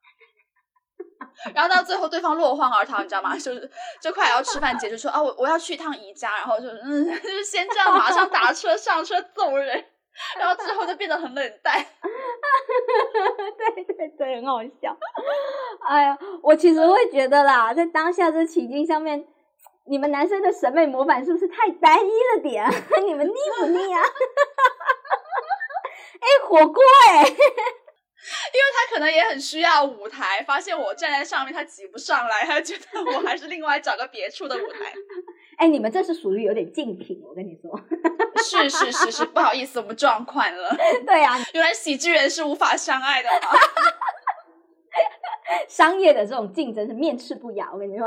然后到最后对方落荒而逃，你知道吗？就是就快要吃饭结束说啊，我我要去一趟宜家，然后就嗯，就是先这样马上打车上车走人，然后之后就变得很冷淡。 对对对，很好笑。哎呀，我其实会觉得啦，在当下这情境上面。你们男生的审美模板是不是太单一了点？你们腻不腻啊？哎、欸，火锅哎、欸，因为他可能也很需要舞台，发现我站在上面他挤不上来，他觉得我还是另外找个别处的舞台。 哎、欸，你们这是属于有点竞品，我跟你说。 是是是是，不好意思，我们撞款了。 对啊， 原来喜剧人是无法相爱的吗？ 商业的这种竞争是面斥不雅，我跟你说。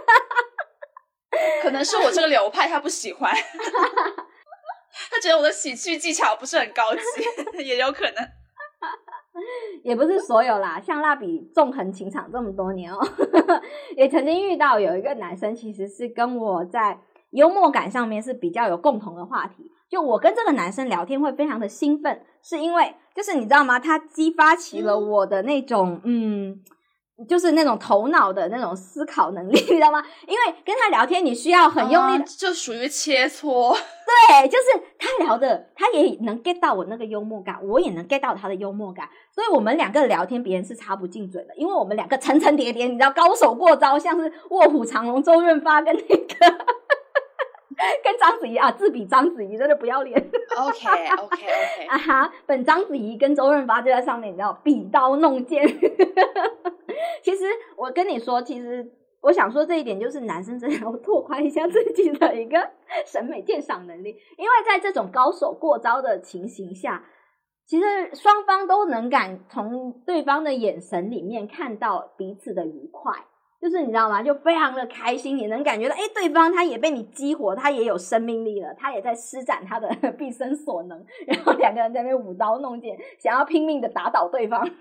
可能是我这个流派他不喜欢，他觉得我的喜剧技巧不是很高级，也有可能。 也不是所有啦，像蜡笔纵横情场这么多年哦，也曾经遇到有一个男生，其实是跟我在幽默感上面是比较有共同的话题。就我跟这个男生聊天会非常的兴奋，是因为就是你知道吗？他激发起了我的那种嗯。嗯就是那种头脑的那种思考能力，你知道吗？因为跟他聊天，你需要很用力的， 啊、就属于切磋。 对，就是他聊的，他也能 get 到我那个幽默感，我也能 get 到他的幽默感，所以我们两个聊天，别人是插不进嘴的，因为我们两个层层叠叠，你知道，高手过招，像是卧虎藏龙，周润发跟那个跟章子怡啊，自比章子怡真的不要脸。 OK OK OK 啊哈，本章子怡跟周润发就在上面，你知道，比刀弄剑。其实我跟你说，其实我想说这一点，就是男生真的要拓宽一下自己的一个审美鉴赏能力，因为在这种高手过招的情形下，其实双方都能敢从对方的眼神里面看到彼此的愉快，就是你知道吗？就非常的开心，你能感觉到，哎，对方他也被你激活，他也有生命力了，他也在施展他的毕生所能，然后两个人在那边舞刀弄剑，想要拼命的打倒对方。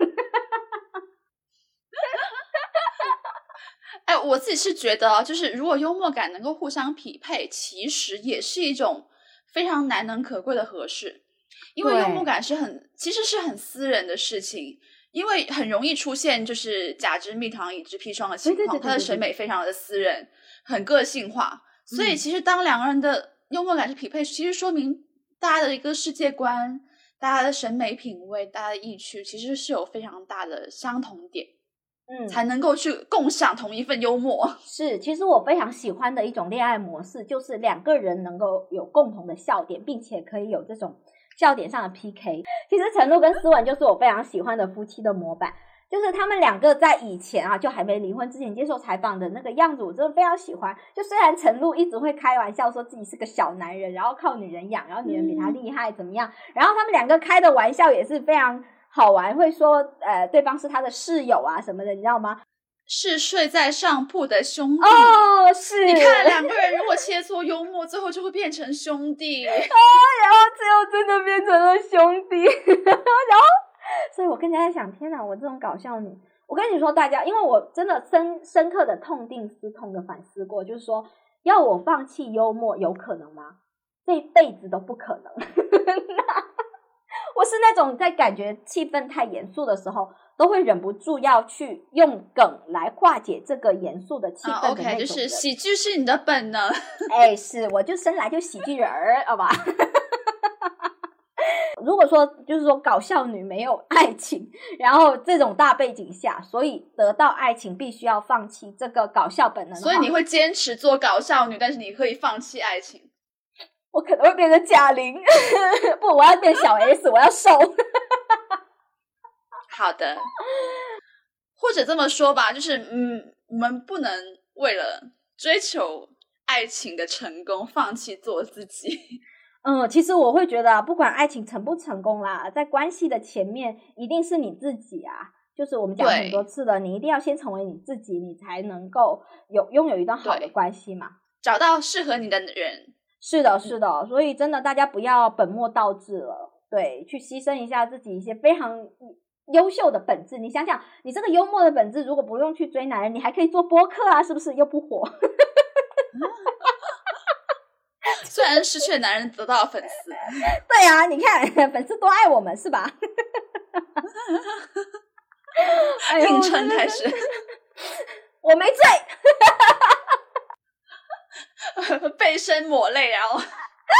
哎，我自己是觉得，就是如果幽默感能够互相匹配，其实也是一种非常难能可贵的合适。因为幽默感是很，其实是很私人的事情，因为很容易出现就是甲之蜜糖乙之砒霜的情况，他的审美非常的私人，很个性化，所以其实当两个人的幽默感是匹配，其实说明大家的一个世界观，大家的审美品味，大家的意趣其实是有非常大的相同点，嗯，才能够去共享同一份幽默。 是，其实我非常喜欢的一种恋爱模式，就是两个人能够有共同的笑点，并且可以有这种笑点上的 P K。 其实陈露跟思文就是我非常喜欢的夫妻的模板，就是他们两个在以前啊，就还没离婚之前接受采访的那个样子，我真的非常喜欢。就虽然陈露一直会开玩笑说自己是个小男人，然后靠女人养，然后女人比他厉害怎么样，嗯、然后他们两个开的玩笑也是非常好玩，会说呃对方是他的室友啊什么的，你知道吗？ 是睡在上铺的兄弟哦，是你看两个人如果切磋幽默，最后就会变成兄弟啊，然后最后真的变成了兄弟。然后所以我更加在想，天哪，我这种搞笑女，我跟你说大家，因为我真的深深刻的痛定思痛的反思过，就是说要我放弃幽默有可能吗？这一辈子都不可能。我是那种在感觉气氛太严肃的时候都会忍不住要去用梗来化解这个严肃的气氛的那种人、 啊、OK 就是喜剧是你的本能。 哎，是，我就生来就喜剧人儿，好吧。如果说就是说搞笑女没有爱情，然后这种大背景下，所以得到爱情必须要放弃这个搞笑本能， 所以你会坚持做搞笑女，但是你可以放弃爱情。 我可能会变成贾玲。不，我要变小 S， 我要瘦。 好的，或者这么说吧，就是嗯，我们不能为了追求爱情的成功放弃做自己。 嗯，其实我会觉得啊，不管爱情成不成功啦，在关系的前面一定是你自己啊，就是我们讲很多次了，你一定要先成为你自己，你才能够有拥有一段好的关系嘛， 找到适合你的人。 是的是的，所以真的大家不要本末倒置了，对，去牺牲一下自己一些非常优秀的本质。你想想，你这个幽默的本质如果不用去追男人，你还可以做播客啊，是不是又不火？ 虽然失去了男人得到了粉丝。 对啊，你看粉丝多爱我们是吧？ 硬撑开始。 我没醉。 背身抹泪，然后我我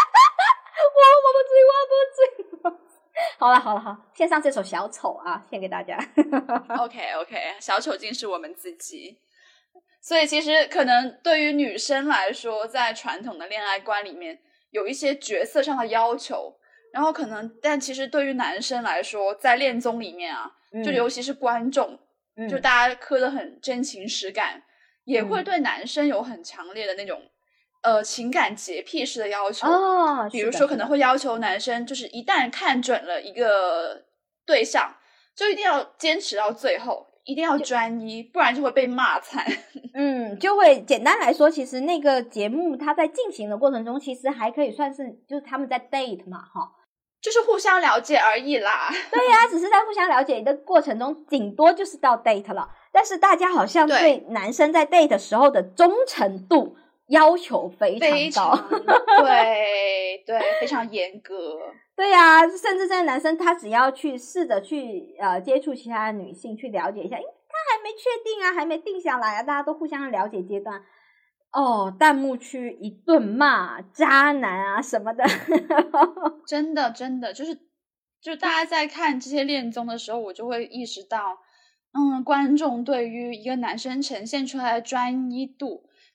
不醉，我不醉。好了好了好，献上这首小丑啊，献给大家。 OK OK， 小丑竟是我们自己。所以其实可能对于女生来说，在传统的恋爱观里面有一些角色上的要求，然后可能但其实对于男生来说，在恋综里面啊、嗯、就尤其是观众、嗯、就大家磕得很真情实感、嗯、也会对男生有很强烈的那种呃情感洁癖式的要求、 哦、 比如说可能会要求男生就是一旦看准了一个对象就一定要坚持到最后，一定要专一，不然就会被骂惨。 嗯，就会简单来说，其实那个节目它在进行的过程中，其实还可以算是就是他们在 date 嘛，哈， 就是互相了解而已啦。 对呀、啊，只是在互相了解的过程中，顶多就是到 date 了。但是大家好像对男生在 date 时候的忠诚度要求非常高， 非常对对，非常严格。 对呀、啊，甚至这个男生他只要去试着去呃接触其他的女性，去了解一下，因为他还没确定啊，还没定下来啊，大家都互相了解阶段。哦，弹幕区一顿骂渣男啊什么的。 真的真的就是就大家在看这些恋综的时候，我就会意识到嗯，观众对于一个男生呈现出来的专一度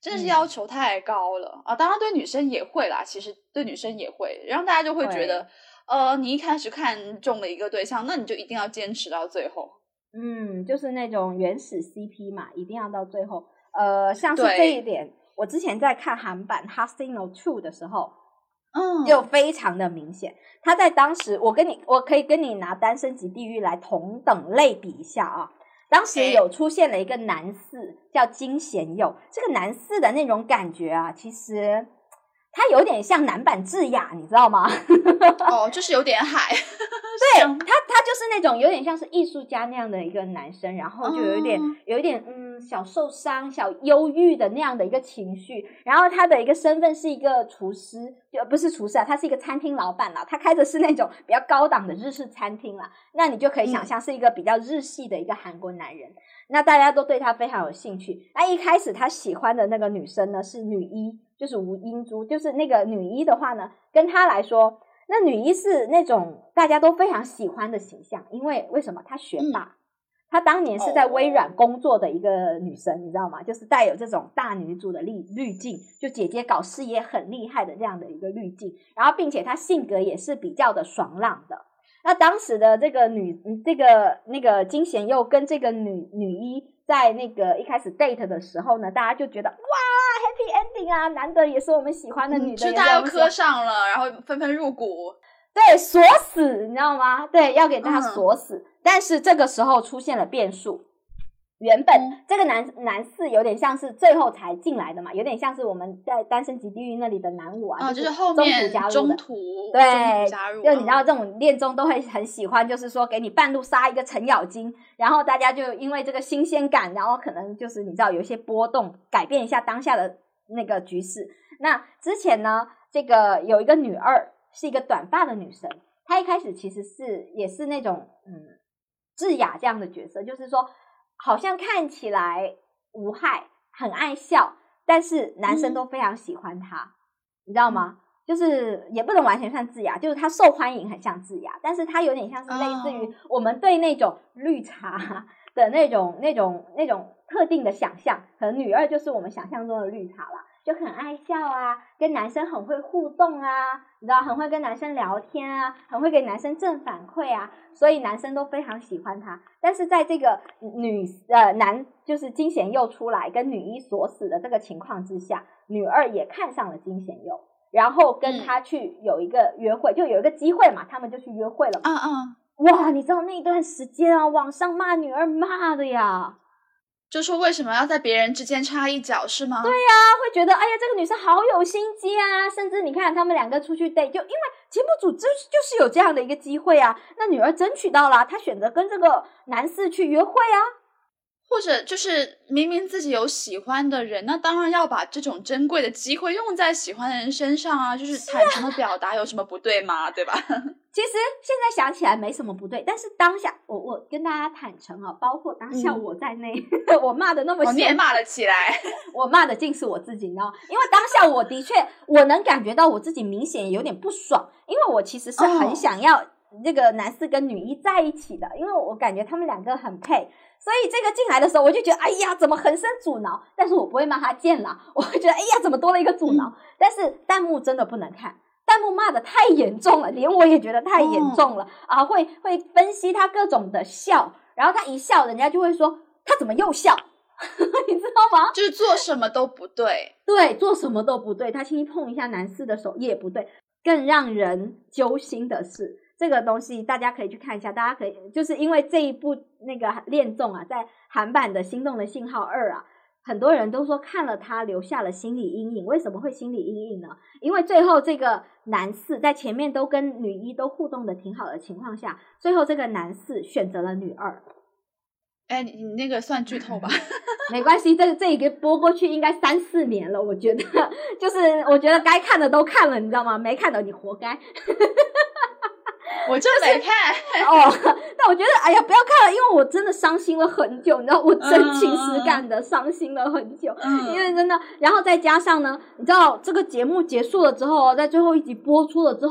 真的是要求太高了、嗯、啊！当然对女生也会啦，其实对女生也会，然后大家就会觉得，呃，你一开始看中了一个对象，那你就一定要坚持到最后。 嗯，就是那种原始 C P 嘛，一定要到最后。呃，像是这一点，我之前在看韩版《Hostel two》的时候，嗯，就非常的明显。他在当时，我跟你，我可以跟你拿《单身即地狱》来同等类比一下啊。当时有出现了一个男四叫金贤佑，这个男四的那种感觉啊，其实他有点像男版智雅，你知道吗？ 哦，就是有点海。 对，他他就是那种有点像是艺术家那样的一个男生，然后就有一点、哦、有一点嗯小受伤、小忧郁的那样的一个情绪。然后他的一个身份是一个厨师，就不是厨师啊，他是一个餐厅老板啦，他开的是那种比较高档的日式餐厅啦。那你就可以想象是一个比较日系的一个韩国男人。嗯、那大家都对他非常有兴趣。那一开始他喜欢的那个女生呢是女一，就是吴英珠，就是那个女一的话呢，跟他来说。那女一是那种大家都非常喜欢的形象，因为为什么？她学霸、嗯，她当年是在微软工作的一个女生、哦、你知道吗？就是带有这种大女主的滤滤镜，就姐姐搞事业很厉害的这样的一个滤镜，然后并且她性格也是比较的爽朗的。那当时的这个女这个那个金贤佑跟这个女女一在那个一开始 date 的时候呢，大家就觉得哇 happy ending 啊，难得也是我们喜欢的女的， 就大家都磕上了，然后纷纷入股， 对，锁死，你知道吗？对，要给大家锁死、嗯、但是这个时候出现了变数。原本、嗯、这个男男四有点像是最后才进来的嘛，有点像是我们在单身即地狱那里的男五啊， 哦、就是后面中途加入的， 中途对，加入就你知道这种恋综都会很喜欢，就是说给你半路杀一个程咬金，然后大家就因为这个新鲜感，然后可能就是你知道有一些波动，改变一下当下的那个局势。那之前呢，这个有一个女二是一个短发的女生，她一开始其实是也是那种嗯智雅这样的角色，就是说好像看起来无害，很爱笑，但是男生都非常喜欢她、嗯、你知道吗、嗯、就是也不能完全算智雅，就是她受欢迎很像智雅，但是她有点像是类似于我们对那种绿茶的那种那种那种特定的想象，可能女二就是我们想象中的绿茶啦，就很爱笑啊，跟男生很会互动啊，你知道很会跟男生聊天啊，很会给男生正反馈啊，所以男生都非常喜欢他。但是在这个女呃男就是金贤佑出来跟女一锁死的这个情况之下，女二也看上了金贤佑，然后跟他去有一个约会、嗯、就有一个机会嘛，他们就去约会了嘛。 嗯嗯。 哇，你知道那段时间啊，网上骂女二骂的呀， 就说为什么要在别人之间插一脚是吗？ 对呀、啊，会觉得哎呀这个女生好有心机啊，甚至你看他们两个出去 date， 就因为节目组就就是有这样的一个机会啊，那女儿争取到了，她选择跟这个男四去约会啊， 或者就是明明自己有喜欢的人，那当然要把这种珍贵的机会用在喜欢的人身上啊，就是坦诚的表达有什么不对吗？对吧？ 其实现在想起来没什么不对，但是当下我我跟大家坦诚啊，包括当下我在内、嗯、我骂的那么凶、 哦、你也骂了起来我骂的尽是我自己，你知道吗？因为当下我的确我能感觉到我自己明显有点不爽，因为我其实是很想要这个男四跟女一在一起的，因为我感觉他们两个很配，所以这个进来的时候我就觉得哎呀怎么横生阻挠，但是我不会骂他贱啦，我会觉得哎呀怎么多了一个阻挠、嗯、但是弹幕真的不能看，弹幕骂的太严重了，连我也觉得太严重了、哦、啊！会会分析他各种的笑，然后他一笑，人家就会说他怎么又笑，你知道吗？ 就是做什么都不对， 对，做什么都不对。他轻轻碰一下男四的手也不对。更让人揪心的是，这个东西大家可以去看一下，大家可以就是因为这一部那个恋综啊，在韩版的《心动的信号二》啊。很多人都说看了他留下了心理阴影，为什么会心理阴影呢？因为最后这个男四在前面都跟女一都互动的挺好的情况下，最后这个男四选择了女二。 哎，你你那个算剧透吧？ 没关系，这这一个播过去应该三四年了，我觉得就是我觉得该看的都看了，你知道吗？没看的你活该。 我就没看、 就是、哦，但我觉得哎呀不要看了，因为我真的伤心了很久，你知道我真情实感的伤心了很久、嗯、因为真的，然后再加上呢，你知道这个节目结束了之后，在最后一集播出了之后，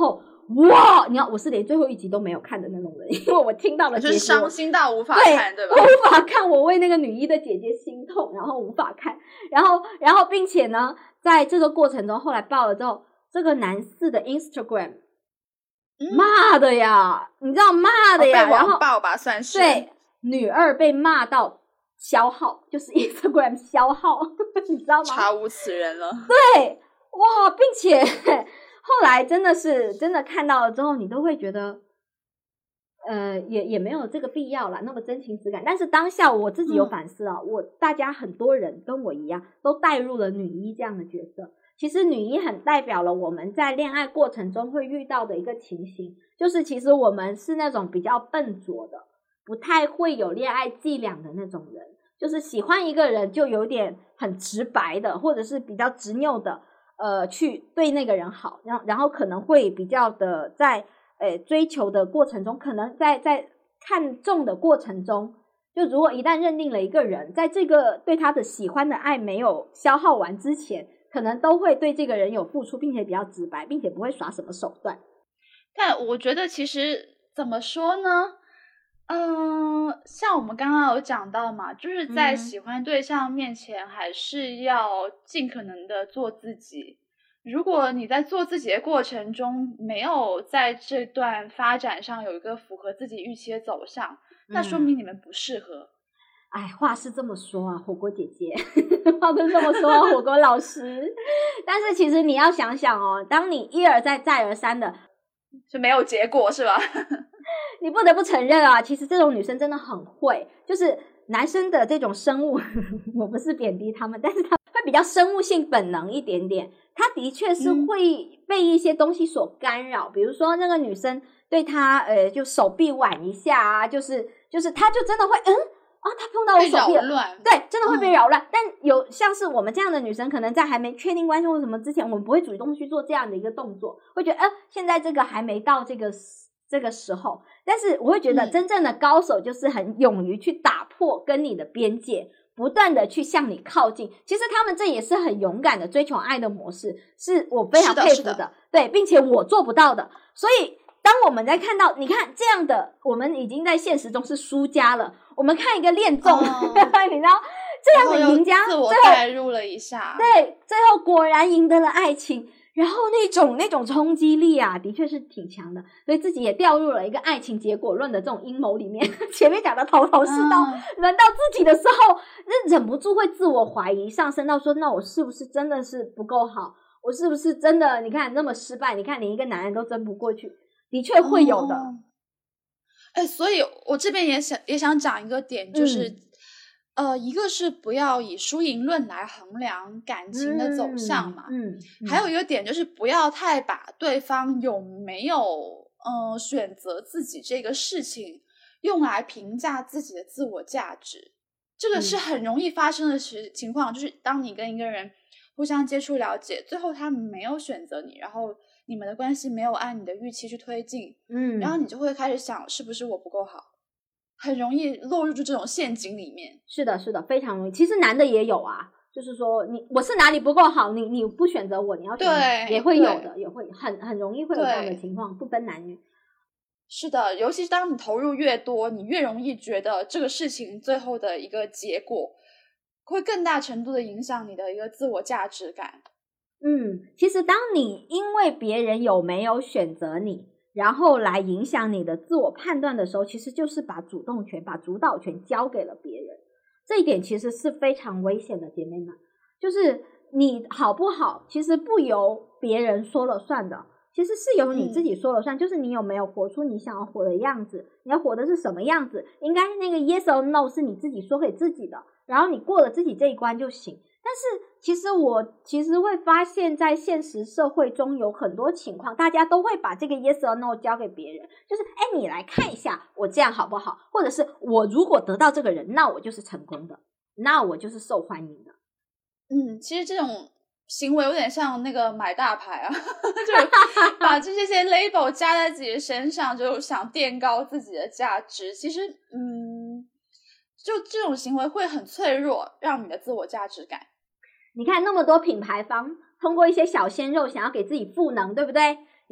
哇，你看我是连最后一集都没有看的那种人，因为我听到了结局， 就是伤心到无法看， 对, 对吧？ 我无法看，我为那个女一的姐姐心痛，然后无法看，然后然后并且呢，在这个过程中，后来爆了之后，这个男四的 Instagram 骂的呀，嗯、你知道骂的呀， 哦、 然后爆吧算是对女二被骂到消耗，就是 Instagram 消耗，你知道吗？ 查无此人了。 对，哇，并且后来真的是真的看到了之后，你都会觉得，呃，也也没有这个必要啦，那么真情实感。但是当下我自己有反思啊，嗯、我大家很多人跟我一样，都带入了女一这样的角色。其实女一很代表了我们在恋爱过程中会遇到的一个情形，就是其实我们是那种比较笨拙的，不太会有恋爱伎俩的那种人，就是喜欢一个人就有点很直白的，或者是比较执拗的。呃，去对那个人好，然后然后可能会比较的在呃追求的过程中，可能在在看重的过程中，就如果一旦认定了一个人，在这个对他的喜欢的爱没有消耗完之前，可能都会对这个人有付出，并且比较直白，并且不会耍什么手段。 但我觉得其实怎么说呢？嗯，像我们刚刚有讲到嘛，就是在喜欢对象面前，还是要尽可能的做自己。如果你在做自己的过程中，没有在这段发展上有一个符合自己预期的走向，那说明你们不适合。 哎，话是这么说啊，火锅姐姐，话是这么说啊，火锅老师。但是其实你要想想哦，当你一而再再而三的就没有结果，是吧？ 你不得不承认啊，其实这种女生真的很会，就是男生的这种生物，我不是贬低他们，但是他会比较生物性本能一点点，他的确是会被一些东西所干扰，嗯、比如说那个女生对他呃就手臂挽一下啊，就是就是他就真的会嗯啊，他碰到我手臂了，对，真的会被扰乱。嗯、但有像是我们这样的女生，可能在还没确定关系或什么之前，我们不会主动去做这样的一个动作，会觉得呃现在这个还没到这个这个时候。但是我会觉得真正的高手就是很勇于去打破跟你的边界，不断的去向你靠近。其实他们这也是很勇敢的追求爱的模式，是我非常佩服 的, 的, 的对，并且我做不到的。所以当我们在看到你看这样的，我们已经在现实中是输家了，我们看一个恋综、哦、你知道这样的赢家自我代入了一下， 对，最后果然赢得了爱情，然后那种那种冲击力啊，的确是挺强的，所以自己也掉入了一个爱情结果论的这种阴谋里面。前面讲的头头是道，嗯、轮到自己的时候，忍不住会自我怀疑，上升到说，那我是不是真的是不够好？我是不是真的？你看那么失败，你看连一个男人都争不过去，的确会有的。 哎、哦，所以我这边也想也想讲一个点，就是。嗯呃，一个是不要以输赢论来衡量感情的走向嘛， 嗯，嗯嗯还有一个点就是不要太把对方有没有呃选择自己这个事情用来评价自己的自我价值，这个是很容易发生的情况，嗯、就是当你跟一个人互相接触了解，最后他没有选择你，然后你们的关系没有按你的预期去推进， 嗯， 然后你就会开始想是不是我不够好。很容易落入这种陷阱里面。 是的，是的，非常容易。其实男的也有啊，就是说你我是哪里不够好，你你不选择我，你要选择也会有的，也会很很容易会有这样的情况，不分男女。 是的，尤其是当你投入越多，你越容易觉得这个事情最后的一个结果会更大程度的影响你的一个自我价值感。 嗯，其实当你因为别人有没有选择你，然后来影响你的自我判断的时候，其实就是把主动权把主导权交给了别人，这一点其实是非常危险的，姐妹们。就是你好不好其实不由别人说了算的，其实是由你自己说了算、嗯、就是你有没有活出你想要活的样子，你要活的是什么样子，应该那个 yes or no 是你自己说给自己的，然后你过了自己这一关就行。但是其实我其实会发现在现实社会中有很多情况，大家都会把这个 yes or no 交给别人，就是哎，你来看一下我这样好不好，或者是我如果得到这个人，那我就是成功的，那我就是受欢迎的。 嗯，其实这种行为有点像那个买大牌啊，就把这些 label 加在自己的身上，就想垫高自己的价值。其实嗯，就这种行为会很脆弱，让你的自我价值感。你看那么多品牌方通过一些小鲜肉想要给自己赋能，对不对？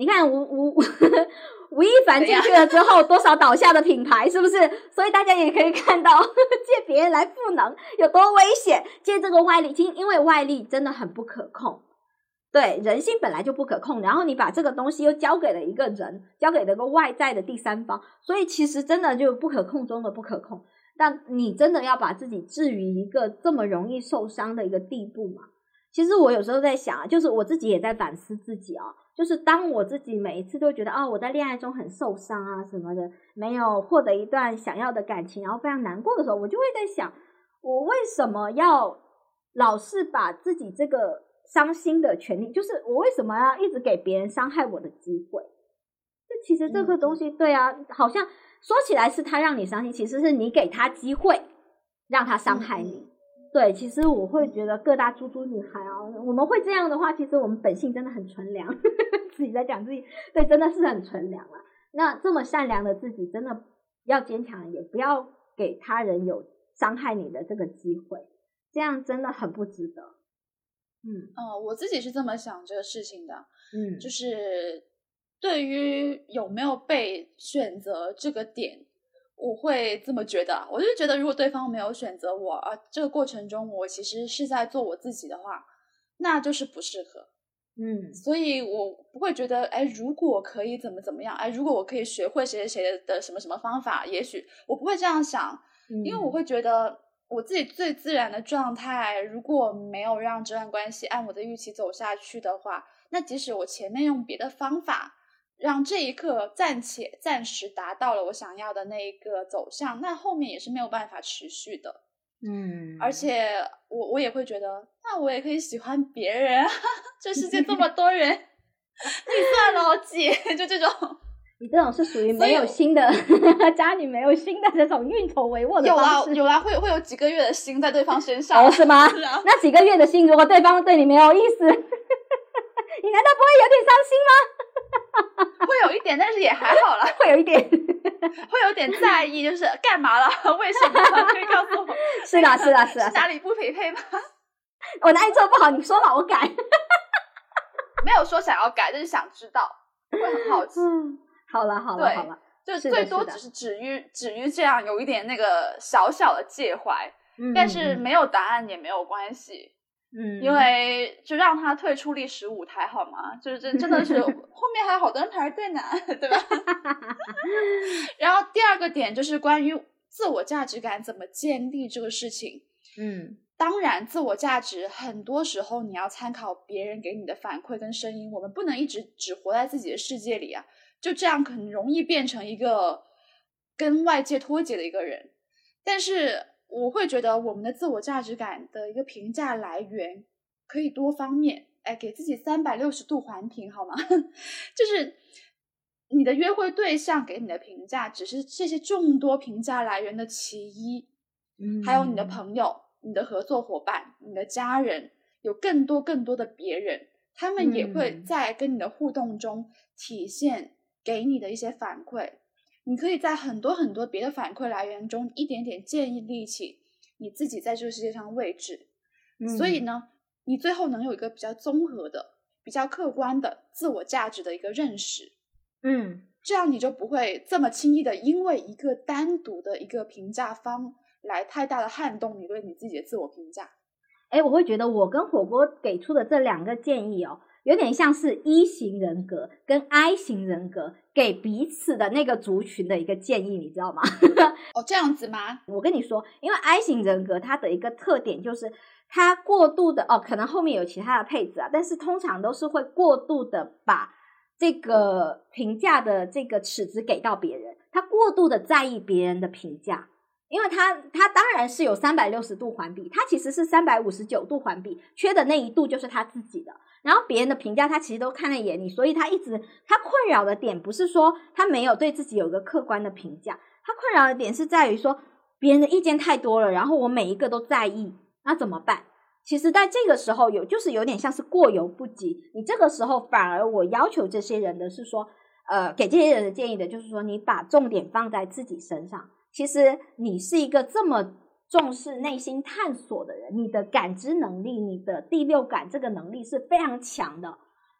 你看吴吴吴亦凡进去了之后，多少倒下的品牌，是不是？所以大家也可以看到借别人来赋能有多危险，借这个外力，其实因为外力真的很不可控。对，人性本来就不可控，然后你把这个东西又交给了一个人，交给了一个外在的第三方，所以其实真的就不可控中的不可控。但你真的要把自己置于一个这么容易受伤的一个地步吗？其实我有时候在想啊，就是我自己也在反思自己啊，就是当我自己每一次都觉得啊、哦，我在恋爱中很受伤啊什么的，没有获得一段想要的感情，然后非常难过的时候，我就会在想，我为什么要老是把自己这个伤心的权利，就是我为什么要一直给别人伤害我的机会？这其实这个东西，对啊，好像说起来是他让你伤心，其实是你给他机会让他伤害你。对，其实我会觉得各大猪猪女孩啊，我们会这样的话，其实我们本性真的很纯良，自己在讲自己，对，真的是很纯良啦。那这么善良的自己，真的要坚强，也不要给他人有伤害你的这个机会，这样真的很不值得。嗯， 呃，我自己是这么想这个事情的， 嗯， 就是对于有没有被选择这个点，我会这么觉得，我就觉得如果对方没有选择我，而这个过程中我其实是在做我自己的话，那就是不适合。 嗯， 所以我不会觉得，哎，如果可以怎么怎么样，哎，如果我可以学会谁谁谁的什么什么方法，也许我不会这样想， 嗯， 因为我会觉得我自己最自然的状态，如果没有让这段关系按我的预期走下去的话，那即使我前面用别的方法让这一刻暂且暂时达到了我想要的那一个走向，那后面也是没有办法持续的。 嗯， 而且我我也会觉得，那我也可以喜欢别人，这世界这么多人，你算老几？就这种， 你这种是属于没有心的渣女，没有心的这种运筹帷幄的方式。 有啊有啊，会会有几个月的心在对方身上， 哦，是吗？ 是啊， 那几个月的心，如果对方对你没有意思，你难道不会有点伤心吗？ 会有一点，但是也还好啦， 会有一点， 会有点在意，就是干嘛了？为什么？可以告诉我？ 是啦，是啦，是啦， 是哪里不匹配吗？ 我哪里做不好？你说嘛，我改。 没有说想要改，就是想知道，会很好奇。 嗯，好了，好了，好了， 就最多只是止于止于这样，有一点那个小小的介怀， 嗯， 但是没有答案也没有关系。嗯，因为就让他退出历史舞台好吗？就是真真的是后面还有好多人排队呢，对吧？然后第二个点就是关于自我价值感怎么建立这个事情。嗯，当然自我价值很多时候你要参考别人给你的反馈跟声音，我们不能一直只活在自己的世界里啊，就这样很容易变成一个跟外界脱节的一个人。但是我会觉得我们的自我价值感的一个评价来源可以多方面，哎，给自己三百六十度环评好吗？就是你的约会对象给你的评价只是这些众多评价来源的其一，嗯，还有你的朋友、你的合作伙伴、你的家人，有更多更多的别人，他们也会在跟你的互动中体现给你的一些反馈。你可以在很多很多别的反馈来源中一点点建立起你自己在这个世界上的位置，嗯，所以呢你最后能有一个比较综合的比较客观的自我价值的一个认识，嗯，这样你就不会这么轻易的因为一个单独的一个评价方来太大的撼动你对你自己的自我评价。 诶，我会觉得我跟火锅给出的这两个建议哦，有点像是 E 型人格跟 I 型人格给彼此的那个族群的一个建议，你知道吗？ 哦，这样子吗？ 我跟你说，因为 I 型人格它的一个特点就是它过度的哦，可能后面有其他的配置啊，但是通常都是会过度的把这个评价的这个尺子给到别人，他过度的在意别人的评价。因为他他当然是有三百六十度环比，他其实是三百五十九度环比，缺的那一度就是他自己的，然后别人的评价他其实都看在眼里，所以他一直他困扰的点不是说他没有对自己有一个客观的评价，他困扰的点是在于说别人的意见太多了，然后我每一个都在意，那怎么办？其实在这个时候有就是有点像是过犹不及，你这个时候反而我要求这些人的是说呃，给这些人的建议的就是说你把重点放在自己身上，其实你是一个这么重视内心探索的人，你的感知能力，你的第六感这个能力是非常强的，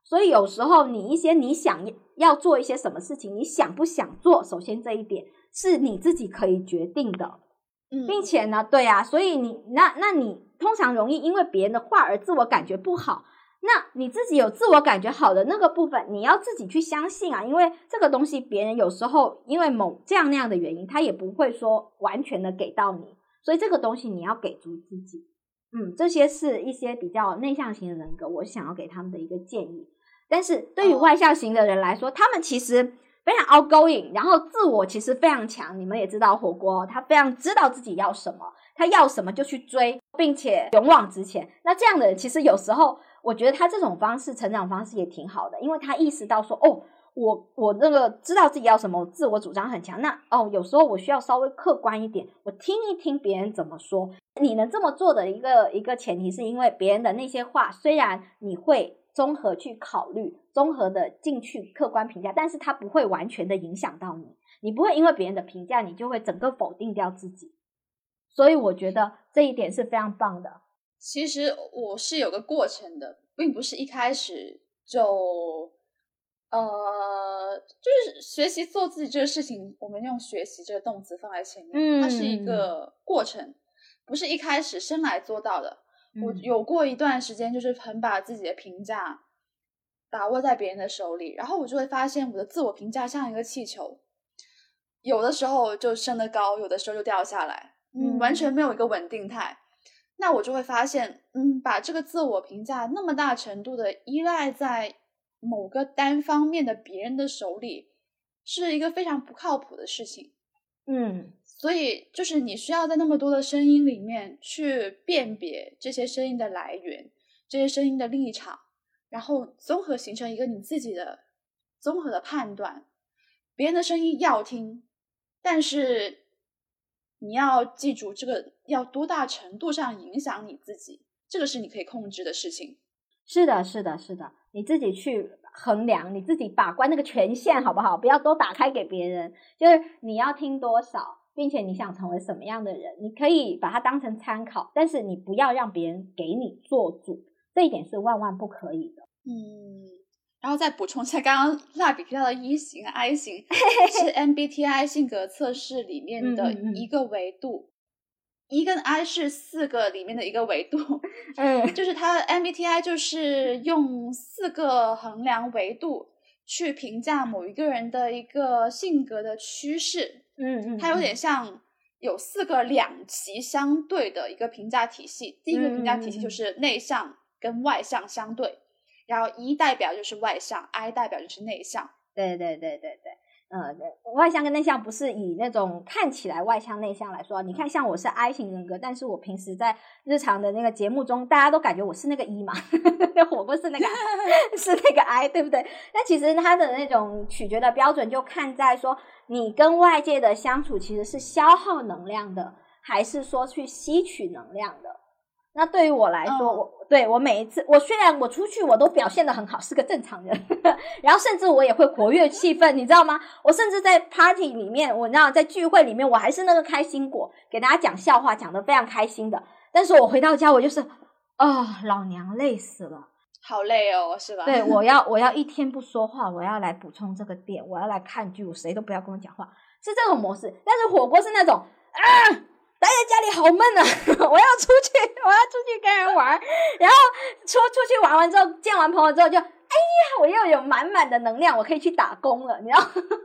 所以有时候你一些你想要做一些什么事情，你想不想做，首先这一点是你自己可以决定的，嗯，并且呢，对啊，所以你那那你通常容易因为别人的话而自我感觉不好，那你自己有自我感觉好的那个部分，你要自己去相信啊，因为这个东西别人有时候因为某这样那样的原因，他也不会说完全的给到你，所以这个东西你要给足自己。嗯，这些是一些比较内向型的人格，我想要给他们的一个建议。但是对于外向型的人来说，他们其实非常 outgoing， 然后自我其实非常强。你们也知道火锅，他非常知道自己要什么，他要什么就去追，并且勇往直前。那这样的人其实有时候我觉得他这种方式成长方式也挺好的，因为他意识到说哦，我我那个知道自己要什么，自我主张很强，那哦有时候我需要稍微客观一点，我听一听别人怎么说。你能这么做的一个一个前提是因为别人的那些话，虽然你会综合去考虑，综合的进去客观评价，但是它不会完全的影响到你，你不会因为别人的评价你就会整个否定掉自己，所以我觉得这一点是非常棒的。 其实我是有个过程的，并不是一开始就呃，就是学习做自己这个事情，我们用学习这个动词放在前面，嗯，它是一个过程，不是一开始生来做到的。嗯，我有过一段时间就是很把自己的评价把握在别人的手里，然后我就会发现我的自我评价像一个气球，有的时候就升得高，有的时候就掉下来，嗯，完全没有一个稳定态。那我就会发现，嗯，把这个自我评价那么大程度的依赖在某个单方面的别人的手里，是一个非常不靠谱的事情。嗯，所以就是你需要在那么多的声音里面去辨别这些声音的来源，这些声音的立场，然后综合形成一个你自己的综合的判断。别人的声音要听，但是你要记住这个要多大程度上影响你自己，这个是你可以控制的事情。 是的是的是的，你自己去衡量，你自己把关那个权限好不好，不要都打开给别人，就是你要听多少，并且你想成为什么样的人，你可以把它当成参考，但是你不要让别人给你做主，这一点是万万不可以的。 嗯，然后再补充一下刚刚蜡笔提到的 E 型 I 型是 M B T I 性格测试里面的一个维度，嗯嗯嗯E 跟 I 是四个里面的一个维度，嗯，就是它 M B T I 就是用四个衡量维度去评价某一个人的一个性格的趋势，嗯嗯，它有点像有四个两极相对的一个评价体系。第一个评价体系就是内向跟外向相对，然后 E 代表就是外向， I 代表就是内向。 对对对对对。呃，外向跟内向不是以那种看起来外向内向来说，你看像我是 I 型人格，但是我平时在日常的那个节目中，大家都感觉我是那个 E 嘛，火锅是那个是那个 I， 对不对？那其实它的那种取决的标准就看在说你跟外界的相处其实是消耗能量的，还是说去吸取能量的。那对于我来说，哦、我对我每一次，我虽然我出去我都表现得很好，是个正常人，然后甚至我也会活跃气氛，你知道吗？我甚至在 party 里面，我知道在聚会里面，我还是那个开心果，给大家讲笑话，讲得非常开心的。但是我回到家，我就是啊、哦，老娘累死了， 好累哦，是吧？ 对，我要我要一天不说话，我要来补充这个电，我要来看剧，我谁都不要跟我讲话，是这种模式。但是火锅是那种啊。待在家里好闷啊！我要出去，我要出去跟人玩，然后出出去玩完之后，见完朋友之后就，哎呀，我又有满满的能量，我可以去打工了，你知道？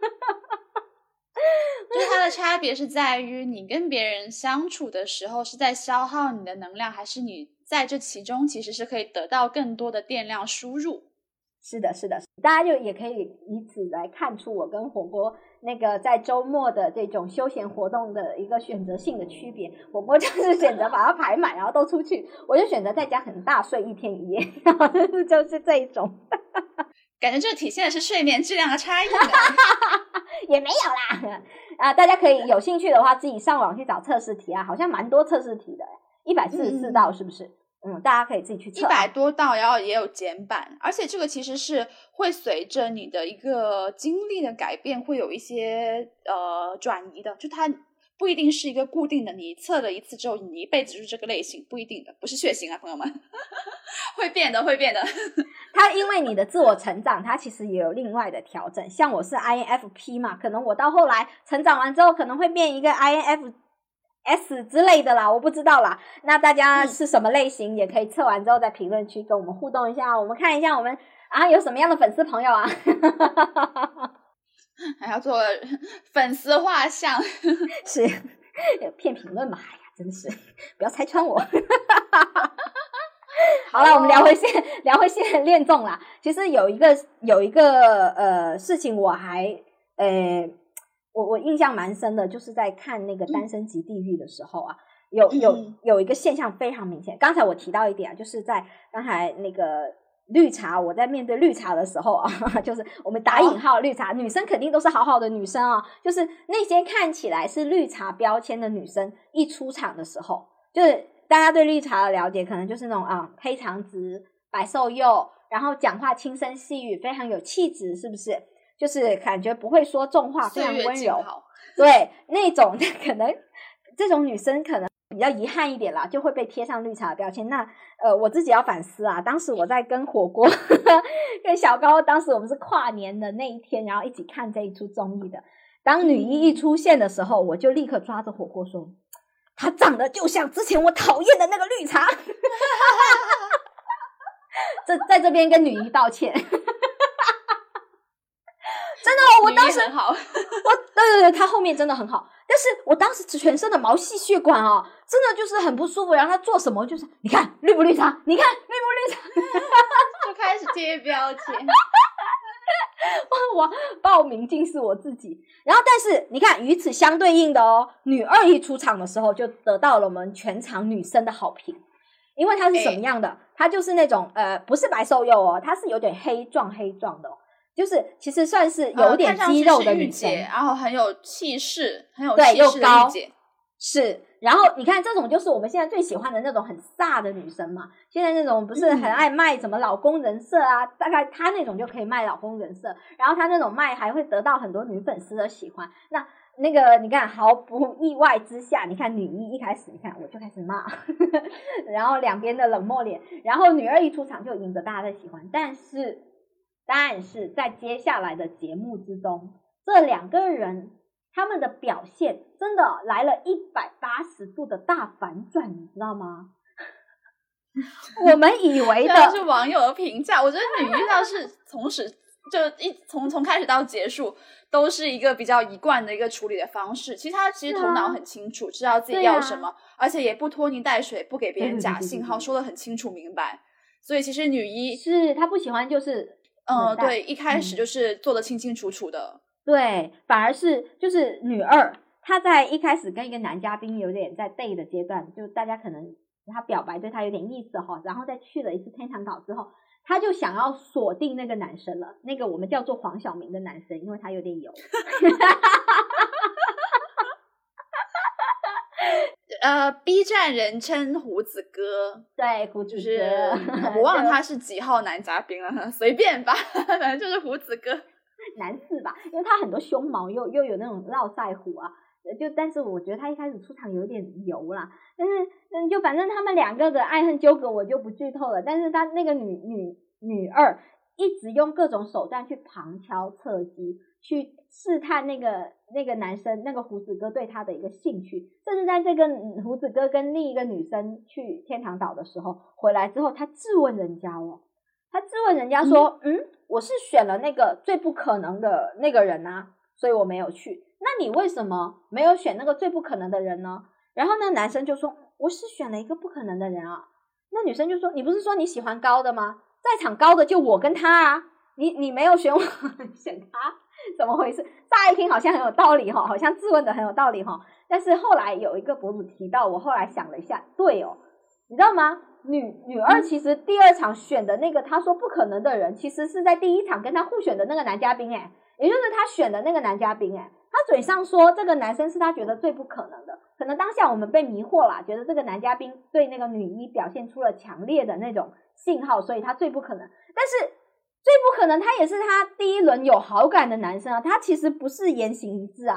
就它的差别是在于你跟别人相处的时候是在消耗你的能量，还是你在这其中其实是可以得到更多的电量输入。 是的是的，大家就也可以以此来看出我跟火锅那个在周末的这种休闲活动的一个选择性的区别。火锅就是选择把它排满，然后都出去，我就选择在家很大睡一天一夜，然后就是这一种。 感觉这体现的是睡眠质量的差异呢。 也没有啦啊，大家可以有兴趣的话自己上网去找测试题啊，好像蛮多测试题的，一百四十四道是不是？嗯，大家可以自己去测、啊。 一百多道，然后也有简版，而且这个其实是会随着你的一个经历的改变，会有一些呃转移的。就它不一定是一个固定的，你测了一次之后你一辈子就是这个类型，不一定的，不是血型啊朋友们会变的会变的它因为你的自我成长它其实也有另外的调整，像我是 I N F P 嘛，可能我到后来成长完之后可能会变一个 I N F S 之类的啦，我不知道啦。那大家是什么类型、嗯、也可以测完之后在评论区跟我们互动一下，我们看一下我们啊有什么样的粉丝朋友啊还要做粉丝画像是骗评论嘛，哎呀真是不要拆穿我好了，我们聊回现聊回现恋综啦。其实有一个有一个呃事情我还呃我我印象蛮深的，就是在看那个《单身即地狱》的时候啊，嗯、有有有一个现象非常明显。刚才我提到一点啊，就是在刚才那个绿茶，我在面对绿茶的时候啊，就是我们打引号绿茶，女生肯定都是好好的女生啊，就是那些看起来是绿茶标签的女生，一出场的时候，就是大家对绿茶的了解，可能就是那种啊黑长直、白瘦幼，然后讲话轻声细语，非常有气质，是不是？就是感觉不会说重话，非常温柔。对，那种可能这种女生可能比较遗憾一点啦，就会被贴上绿茶的标签。那呃，我自己要反思啊，当时我在跟火锅跟小高，当时我们是跨年的那一天，然后一起看这一出综艺的。当女一一出现的时候，我就立刻抓着火锅说，她长得就像之前我讨厌的那个绿茶这在这边跟女一道歉真的，我当时很好，我对对对，他后面真的很好，但是我当时全身的毛细血管啊，真的就是很不舒服。然后他做什么就是你看绿不绿茶，你看绿不绿茶， 就开始贴标签。 我报名尽是我自己。然后但是你看，与此相对应的哦，女二一出场的时候就得到了我们全场女生的好评，因为她是什么样的？她、欸、就是那种呃，不是白瘦幼哦，她是有点黑壮黑壮的哦。就是其实算是有点肌肉的女生、 呃、然后很有气势很有气势的御姐， 是。然后你看这种就是我们现在最喜欢的那种很飒的女生嘛，现在那种不是很爱卖什么老公人设啊、嗯、大概她那种就可以卖老公人设，然后她那种卖还会得到很多女粉丝的喜欢。那那个你看毫不意外之下，你看女一一开始你看我就开始骂然后两边的冷漠脸，然后女二一出场就赢得大家的喜欢。但是但是在接下来的节目之中，这两个人他们的表现真的来了一百八十度的大反转，你知道吗？我们以为的是网友的评价，我觉得女一倒是从始就一从从开始到结束都是一个比较一贯的一个处理的方式。其实他其实头脑很清楚，知道自己要什么、啊、而且也不拖泥带水，不给别人假信号，说得很清楚明白。所以其实女一是他不喜欢就是嗯，对，一开始就是做得清清楚楚的、嗯、 对，反而是就是女二她在一开始跟一个男嘉宾有点在 date 的阶段，就大家可能他表白对他有点意思哈，然后再去了一次天堂岛之后，他就想要锁定那个男生了，那个我们叫做黄晓明的男生，因为他有点油呃 B 站人称胡子哥， 对，胡子哥、 就是我忘了他是几号男嘉宾了随便吧反正就是胡子哥男四吧，因为他很多胸毛又又有那种络腮胡啊，就但是我觉得他一开始出场有点油啦，但是嗯，就反正他们两个的爱恨纠葛我就不剧透了，但是他那个女女女二一直用各种手段去旁敲侧击，去试探那个那个男生那个胡子哥对他的一个兴趣，甚至在这个胡子哥跟另一个女生去天堂岛的时候回来之后，他质问人家哦，他质问人家说 嗯, 嗯我是选了那个最不可能的那个人啊，所以我没有去，那你为什么没有选那个最不可能的人呢？然后那男生就说我是选了一个不可能的人啊，那女生就说你不是说你喜欢高的吗？在场高的就我跟他啊，你你没有选我选他，怎么回事？乍一听好像很有道理齁，好像质问的很有道理齁，但是后来有一个博主提到，我后来想了一下，对哦，你知道吗？女女二其实第二场选的那个他说不可能的人，其实是在第一场跟他互选的那个男嘉宾诶，也就是他选的那个男嘉宾诶，他嘴上说这个男生是他觉得最不可能的，可能当下我们被迷惑啦，觉得这个男嘉宾对那个女一表现出了强烈的那种信号，所以他最不可能，但是最不可能他也是他第一轮有好感的男生啊，他其实不是言行一致啊，他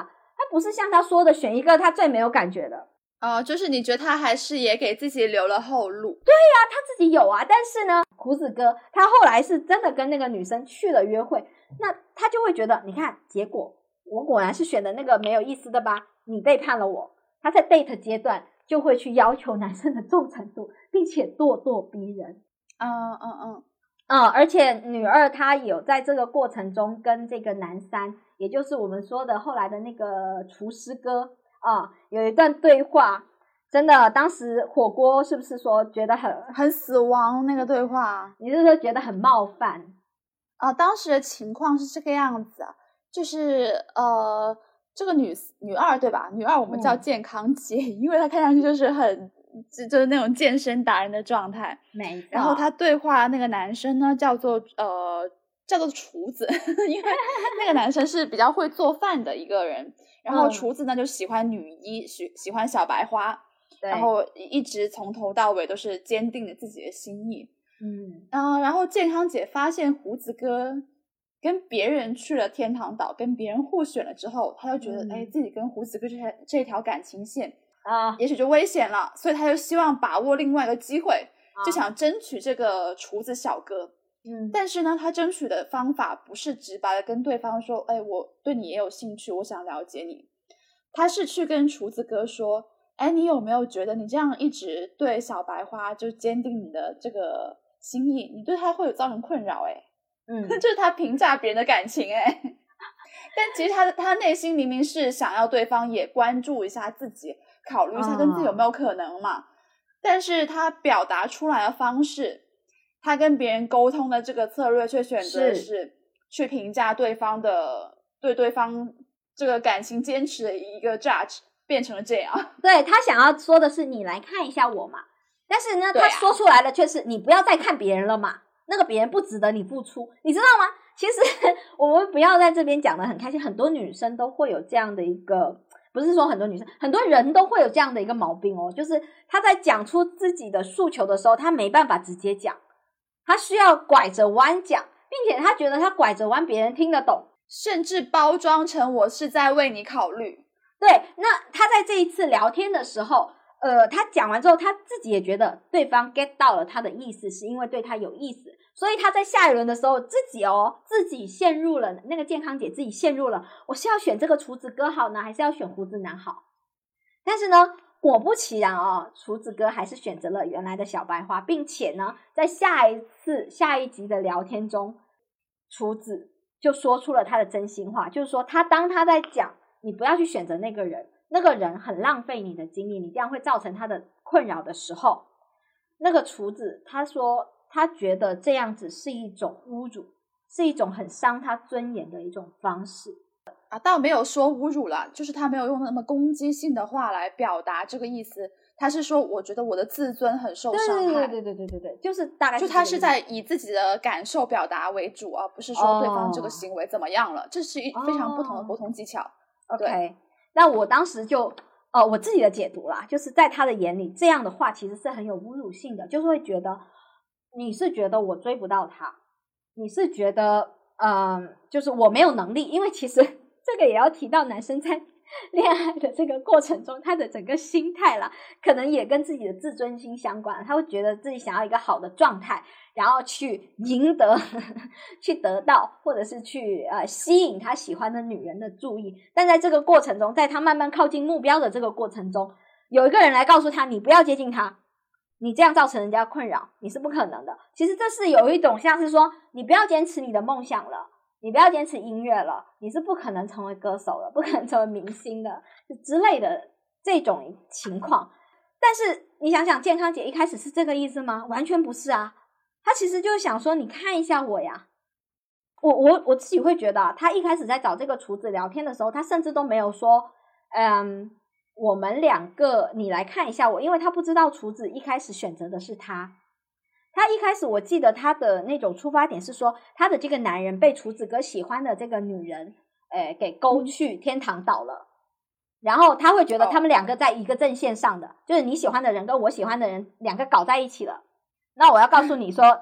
不是像他说的选一个他最没有感觉的。 呃，就是你觉得他还是也给自己留了后路。 对呀、啊，他自己有啊，但是呢，胡子哥他后来是真的跟那个女生去了约会，那他就会觉得，你看结果我果然是选的那个没有意思的吧，你背叛了我。他在 date 阶段就会去要求男生的忠诚度，并且咄咄逼人。 嗯嗯嗯嗯，而且女二她有在这个过程中跟这个男三，也就是我们说的后来的那个厨师哥啊，有一段对话，真的，当时火锅是不是说觉得很很死亡那个对话？ 你是不是觉得很冒犯啊？当时的情况是这个样子啊，就是呃，这个女女二对吧？女二我们叫健康姐，嗯、因为她看上去就是很就就是那种健身达人的状态。 没错。 然后她对话那个男生呢，叫做呃叫做厨子，因为那个男生是比较会做饭的一个人。然后厨子呢、嗯、就喜欢女一，喜喜欢小白花，然后一直从头到尾都是坚定了自己的心意。 嗯， 呃、然后健康姐发现胡子哥跟别人去了天堂岛，跟别人互选了之后，她就觉得、嗯、哎，自己跟胡子哥这这条感情线啊，也许就危险了，所以她就希望把握另外一个机会，啊、就想争取这个厨子小哥。嗯，但是呢，他争取的方法不是直白的跟对方说，哎，我对你也有兴趣，我想了解你。他是去跟厨子哥说，哎，你有没有觉得你这样一直对小白花就坚定你的这个心意，你对他会有造成困扰？哎，嗯，这是他评价别人的感情哎。但其实他他内心明明是想要对方也关注一下自己，考虑一下跟自己有没有可能嘛。哦、但是他表达出来的方式，他跟别人沟通的这个策略却选择是去评价对方的对对方这个感情坚持的一个 judge， 变成了这样。 对，他想要说的是你来看一下我嘛，但是呢、啊、他说出来的却是你不要再看别人了嘛，那个别人不值得你付出，你知道吗？其实我们不要在这边讲得很开心，很多女生都会有这样的一个，不是说很多女生，很多人都会有这样的一个毛病哦，就是他在讲出自己的诉求的时候，他没办法直接讲，他需要拐着弯讲，并且他觉得他拐着弯别人听得懂， 甚至包装成我是在为你考虑。 对，那他在这一次聊天的时候，呃，他讲完之后，他自己也觉得对方 get 到了他的意思，是因为对他有意思，所以他在下一轮的时候，自己哦，自己陷入了那个健康姐自己陷入了，我是要选这个厨子哥好呢，还是要选胡子男好？但是呢，果不其然哦，厨子哥还是选择了原来的小白花，并且呢，在下一次下一集的聊天中，厨子就说出了他的真心话，就是说他当他在讲你不要去选择那个人，那个人很浪费你的精力，你这样会造成他的困扰的时候，那个厨子他说他觉得这样子是一种侮辱，是一种很伤他尊严的一种方式啊，倒没有说侮辱啦，就是他没有用那么攻击性的话来表达这个意思，他是说我觉得我的自尊很受伤害。 对对对对对对，就是大概是就他是在以自己的感受表达为主，而不是说对方这个行为怎么样了，哦、这是一非常不同的沟通技巧。 哦、OK， 那我当时就呃我自己的解读啦，就是在他的眼里，这样的话其实是很有侮辱性的，就是会觉得你是觉得我追不到他，你是觉得嗯、呃，就是我没有能力，因为其实这个也要提到男生在恋爱的这个过程中，他的整个心态啦，可能也跟自己的自尊心相关，他会觉得自己想要一个好的状态，然后去赢得呵呵去得到，或者是去呃吸引他喜欢的女人的注意，但在这个过程中，在他慢慢靠近目标的这个过程中，有一个人来告诉他你不要接近他，你这样造成人家困扰，你是不可能的。其实这是有一种像是说你不要坚持你的梦想了，你不要坚持音乐了，你是不可能成为歌手了，不可能成为明星的之类的这种情况。但是你想想，健康姐一开始是这个意思吗？完全不是啊，她其实就是想说你看一下我呀。我我我自己会觉得啊，她一开始在找这个厨子聊天的时候，她甚至都没有说嗯，我们两个你来看一下我，因为她不知道厨子一开始选择的是他。他一开始我记得他的那种出发点是说，他的这个男人被厨子哥喜欢的这个女人诶给勾去天堂岛了，然后他会觉得他们两个在一个阵线上的，就是你喜欢的人跟我喜欢的人两个搞在一起了。那我要告诉你说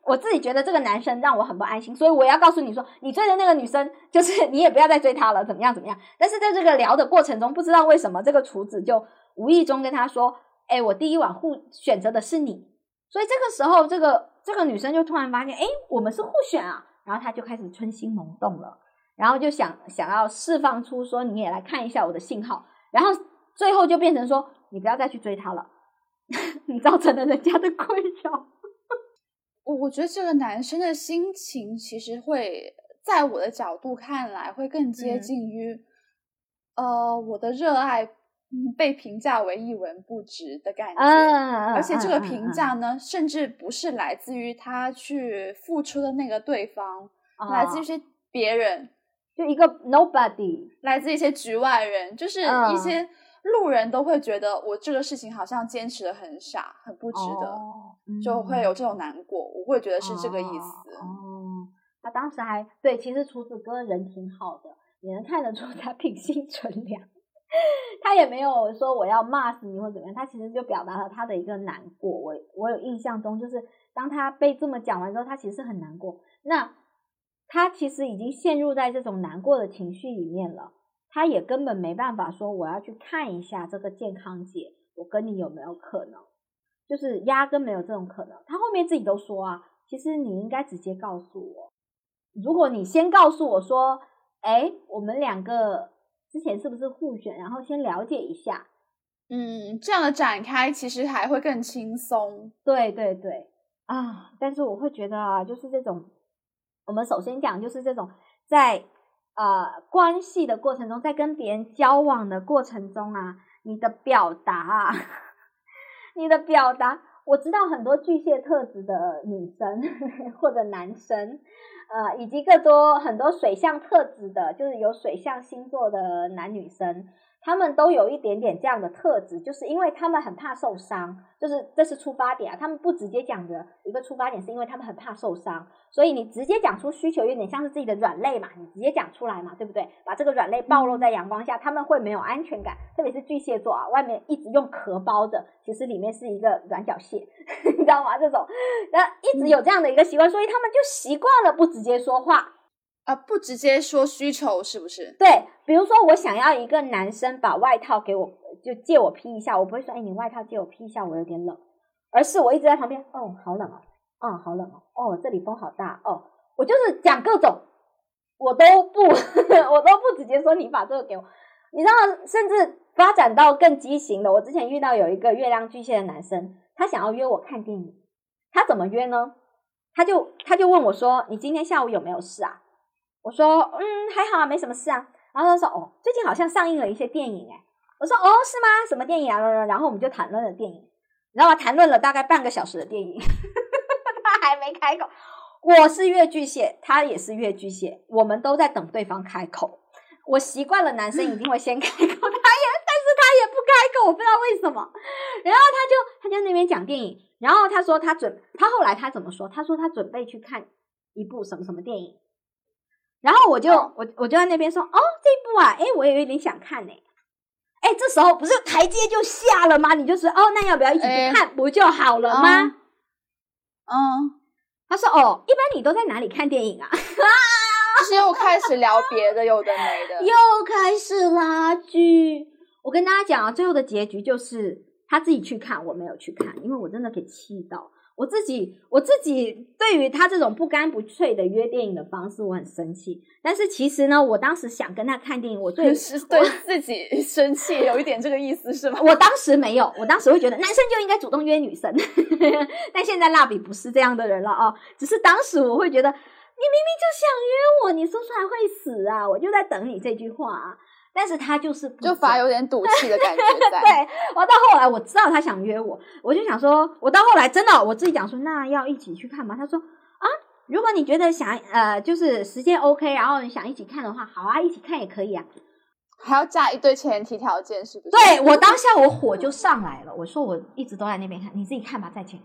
我自己觉得这个男生让我很不安心，所以我要告诉你说，你追的那个女生就是你也不要再追她了，怎么样怎么样。但是在这个聊的过程中，不知道为什么这个厨子就无意中跟他说，诶，我第一晚互选择的是你。所以这个时候这个这个女生就突然发现，诶，我们是互选啊，然后她就开始春心萌动了，然后就想想要释放出说你也来看一下我的信号，然后最后就变成说你不要再去追他了你造成了人家的困扰。 我觉得这个男生的心情其实会在我的角度看来会更接近于、嗯、呃我的热爱被评价为一文不值的感觉、嗯、而且这个评价呢、嗯、甚至不是来自于他去付出的那个对方、哦、来自于一些别人， 就一个 nobody， 来自一些局外人，就是一些路人都会觉得我这个事情好像坚持的很傻很不值得、哦嗯、就会有这种难过，我会觉得是这个意思。 哦，哦他当时还对，其实厨子哥人挺好的，也能看得出他品性纯良他也没有说我要骂死你或怎么样，他其实就表达了他的一个难过。我我有印象中就是当他被这么讲完之后，他其实很难过，那他其实已经陷入在这种难过的情绪里面了，他也根本没办法说我要去看一下这个健康节我跟你有没有可能，就是压根没有这种可能。他后面自己都说啊，其实你应该直接告诉我，如果你先告诉我说诶我们两个之前是不是互选，然后先了解一下， 嗯，这样的展开其实还会更轻松。 对对对啊，但是我会觉得啊，就是这种我们首先讲就是这种在呃关系的过程中，在跟别人交往的过程中啊，你的表达啊你的表达，我知道很多巨蟹特质的女生或者男生呃，以及更多很多水象特质的，就是有水象星座的男女生，他们都有一点点这样的特质，就是因为他们很怕受伤，就是这是出发点啊。他们不直接讲的一个出发点是因为他们很怕受伤，所以你直接讲出需求有点像是自己的软肋嘛，你直接讲出来嘛，对不对？把这个软肋暴露在阳光下，他们会没有安全感，特别是巨蟹座啊，外面一直用壳包着，其实里面是一个软脚蟹你知道吗？这种那一直有这样的一个习惯，所以他们就习惯了不直接说话啊，不直接说需求，是不是？ 对，比如说我想要一个男生把外套给我，就借我披一下，我不会说哎，你外套借我披一下，我有点冷，而是我一直在旁边，哦，好冷哦，嗯，好冷哦，哦，这里风好大哦，我就是讲各种，我都不我都不直接说你把这个给我，你知道，甚至发展到更畸形的，我之前遇到有一个月亮巨蟹的男生，他想要约我看电影，他怎么约呢？他就他就问我说，你今天下午有没有事啊？我说嗯还好啊，没什么事啊。然后他说哦，最近好像上映了一些电影诶。我说哦是吗？什么电影啊？然后我们就谈论了电影，然后谈论了大概半个小时的电影他还没开口。我是月巨蟹，他也是月巨蟹，我们都在等对方开口。我习惯了男生一定会先开口，他也但是他也不开口，我不知道为什么。然后他就他就那边讲电影，然后他说他准他后来他怎么说？他说他准备去看一部什么什么电影。然后我就、哦、我我就在那边说，哦，这一部啊，诶我也有点想看呢。诶这时候不是台阶就下了吗？你就说，哦，那要不要一起去看不就好了吗？ 嗯，嗯他说，哦，一般你都在哪里看电影啊？ 就是又开始聊别的，有的没的， 又开始拉锯。我跟大家讲啊，最后的结局就是他自己去看，我没有去看，因为我真的给气到。我自己我自己对于他这种不干不脆的约电影的方式我很生气，但是其实呢我当时想跟他看电影，我最是对自己生气有一点这个意思是吗？ 我当时没有，我当时会觉得男生就应该主动约女生但现在蜡笔不是这样的人了哦，只是当时我会觉得你明明就想约我，你说出来会死啊，我就在等你这句话啊。但是他就是不就反而有点赌气的感觉在对，我到后来我知道他想约我，我就想说我到后来真的我自己讲说那要一起去看吗？他说啊，如果你觉得想呃就是时间 OK， 然后你想一起看的话，好啊，一起看也可以啊。 还要加一堆前提条件是不是？ 对，我当下我火就上来了，我说我一直都在那边看，你自己看吧，再见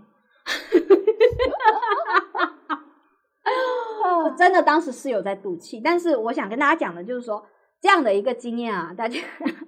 我真的当时是有在赌气，但是我想跟大家讲的就是说这样的一个经验啊，大家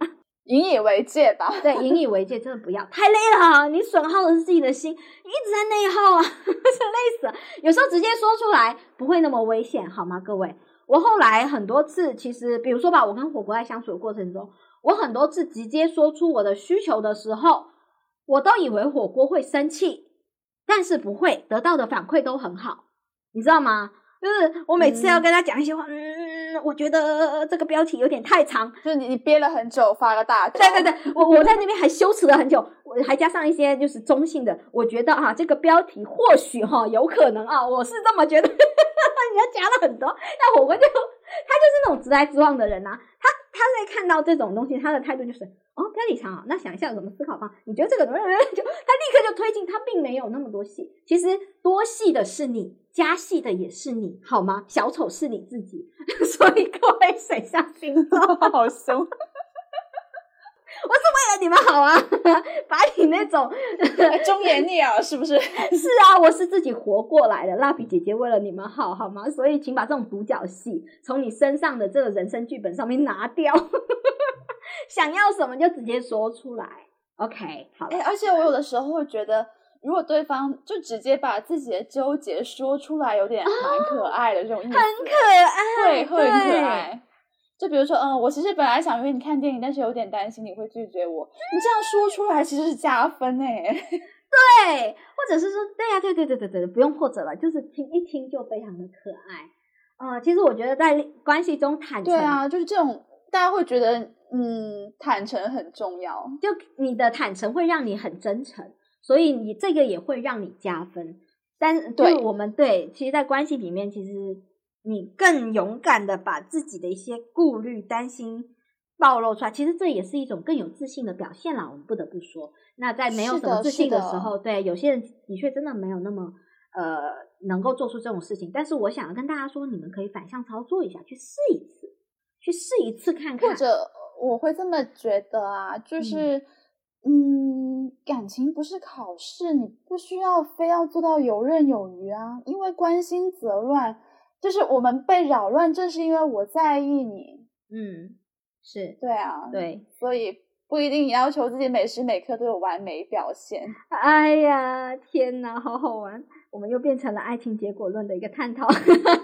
引以为戒吧。 对，引以为戒，真的不要，太累了，你损耗的是自己的心，你一直在内耗啊，真累死了。有时候直接说出来不会那么危险，好吗，各位？我后来很多次，其实比如说吧，我跟火锅在相处的过程中，我很多次直接说出我的需求的时候，我都以为火锅会生气，但是不会，得到的反馈都很好，你知道吗？就是我每次要跟他讲一些话，嗯，嗯我觉得这个标题有点太长， 就是你你憋了很久，发个大招。 对对对，我我在那边还羞耻了很久，我还加上一些就是中性的，我觉得啊，这个标题或许哈有可能啊，我是这么觉得，人家加了很多，那火锅就他就是那种直来直往的人啊，他他在看到这种东西，他的态度就是哦，标题长啊，那想一下有什么思考方，你觉得这个怎么就他立刻就推进，他并没有那么多戏，其实多戏的是你，加戏的也是你，好吗？小丑是你自己，所以各位水象星座好凶。 我是为了你们好啊，把你那种忠言逆耳是不是？ 是啊，我是自己活过来的，蜡笔姐姐为了你们好，好吗？所以请把这种独角戏从你身上的这个人生剧本上面拿掉，想要什么就直接说出来。OK， 好了。 欸，而且我有的时候会觉得，如果对方就直接把自己的纠结说出来，有点蛮可爱的这种意思， 很可爱， 会会很可爱。就比如说，嗯，我其实本来想约你看电影，但是有点担心你会拒绝我。你这样说出来其实是加分欸。 对，或者是说，对呀、啊，对对对对对，不用或者了，就是听一听就非常的可爱。呃，其实我觉得在关系中坦诚， 对啊，就是这种大家会觉得，嗯，坦诚很重要。 就你的坦诚会让你很真诚，所以你这个也会让你加分。但对我们对，其实，在关系里面，其实。你更勇敢的把自己的一些顾虑、担心暴露出来，其实这也是一种更有自信的表现啦。我们不得不说，那在没有什么自信的时候，对有些人的确真的没有那么呃能够做出这种事情。但是我想要跟大家说，你们可以反向操作一下，去试一次，去试一次看看。 或者我会这么觉得啊，就是嗯, 嗯，感情不是考试，你不需要非要做到游刃有余啊，因为关心则乱。就是我们被扰乱，正是因为我在意你。 嗯，是， 对啊， 对， 所以不一定要求自己每时每刻都有完美表现。 哎呀，天哪，好好玩！我们又变成了爱情结果论的一个探讨。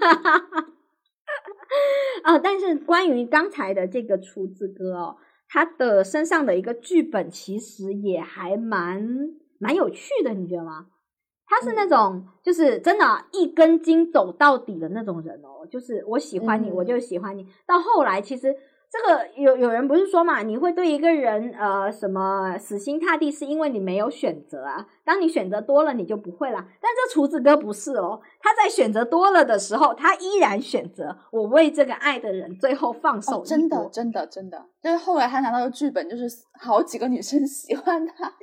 啊，但是关于刚才的这个厨子哥哦，他的身上的一个剧本其实也还蛮蛮有趣的，你觉得吗？他是那种就是真的、啊、一根筋走到底的那种人哦，就是我喜欢你、嗯、我就喜欢你。到后来其实这个有有人不是说嘛，你会对一个人呃什么死心塌地，是因为你没有选择啊。当你选择多了，你就不会啦。但这厨子哥不是哦，他在选择多了的时候，他依然选择我为这个爱的人最后放手一搏、哦、 真的真的真的，就是后来他拿到的剧本，就是好几个女生喜欢他。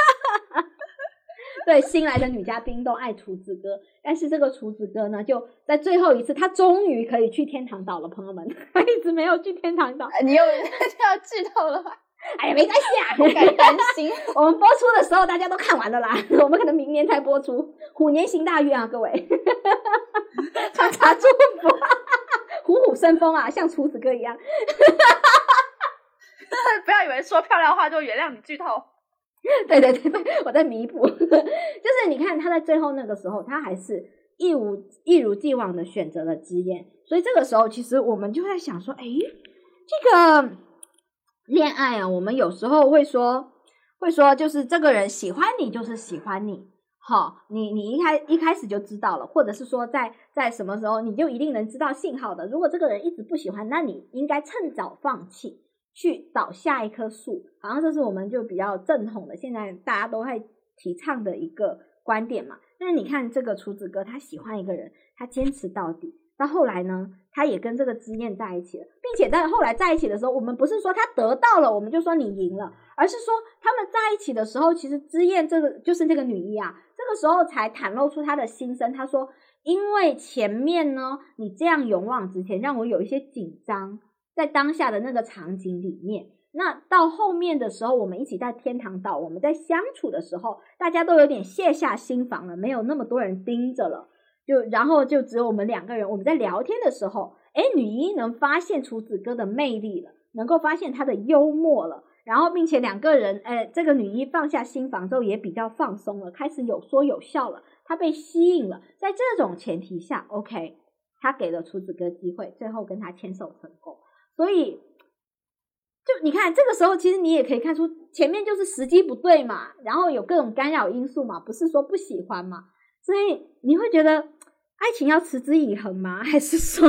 对，新来的女嘉宾都爱厨子哥，但是这个厨子哥呢，就在最后一次，他终于可以去天堂岛了，朋友们，他一直没有去天堂岛。 你又要剧透了吗？ 哎呀，没关系啊， 不敢担心。 我们播出的时候大家都看完了啦，我们可能明年才播出，虎年行大运啊，各位，常常祝福，虎虎生风啊，像厨子哥一样。 不要以为说漂亮话就原谅你剧透。 对对对对，我在弥补。就是你看他在最后那个时候，他还是一如一如既往的选择了之燕，所以这个时候其实我们就在想说，诶，这个恋爱啊，我们有时候会说会说就是这个人喜欢你就是喜欢你，好，你你一开一开始就知道了，或者是说在在什么时候你就一定能知道信号的。如果这个人一直不喜欢，那你应该趁早放弃，去找下一棵树，好像这是我们就比较正统的，现在大家都会提倡的一个观点嘛。但是你看这个厨子哥，他喜欢一个人，他坚持到底，到后来呢，他也跟这个之燕在一起了，并且在后来在一起的时候，我们不是说他得到了我们就说你赢了，而是说他们在一起的时候，其实之燕这个就是这个女一啊，这个时候才袒露出他的心声。他说因为前面呢你这样勇往直前，让我有一些紧张，在当下的那个场景里面，那到后面的时候，我们一起在天堂岛，我们在相处的时候，大家都有点卸下心防了，没有那么多人盯着了，就然后就只有我们两个人，我们在聊天的时候，诶，女一能发现厨子哥的魅力了，能够发现他的幽默了， 然后并且两个人诶这个女一放下心防之后也比较放松了，开始有说有笑了，她被吸引了，在这种前提下 OK 她给了厨子哥机会，最后跟他牵手成功。所以就你看这个时候其实你也可以看出前面就是时机不对嘛，然后有各种干扰因素嘛，不是说不喜欢嘛，所以你会觉得爱情要持之以恒吗？还是说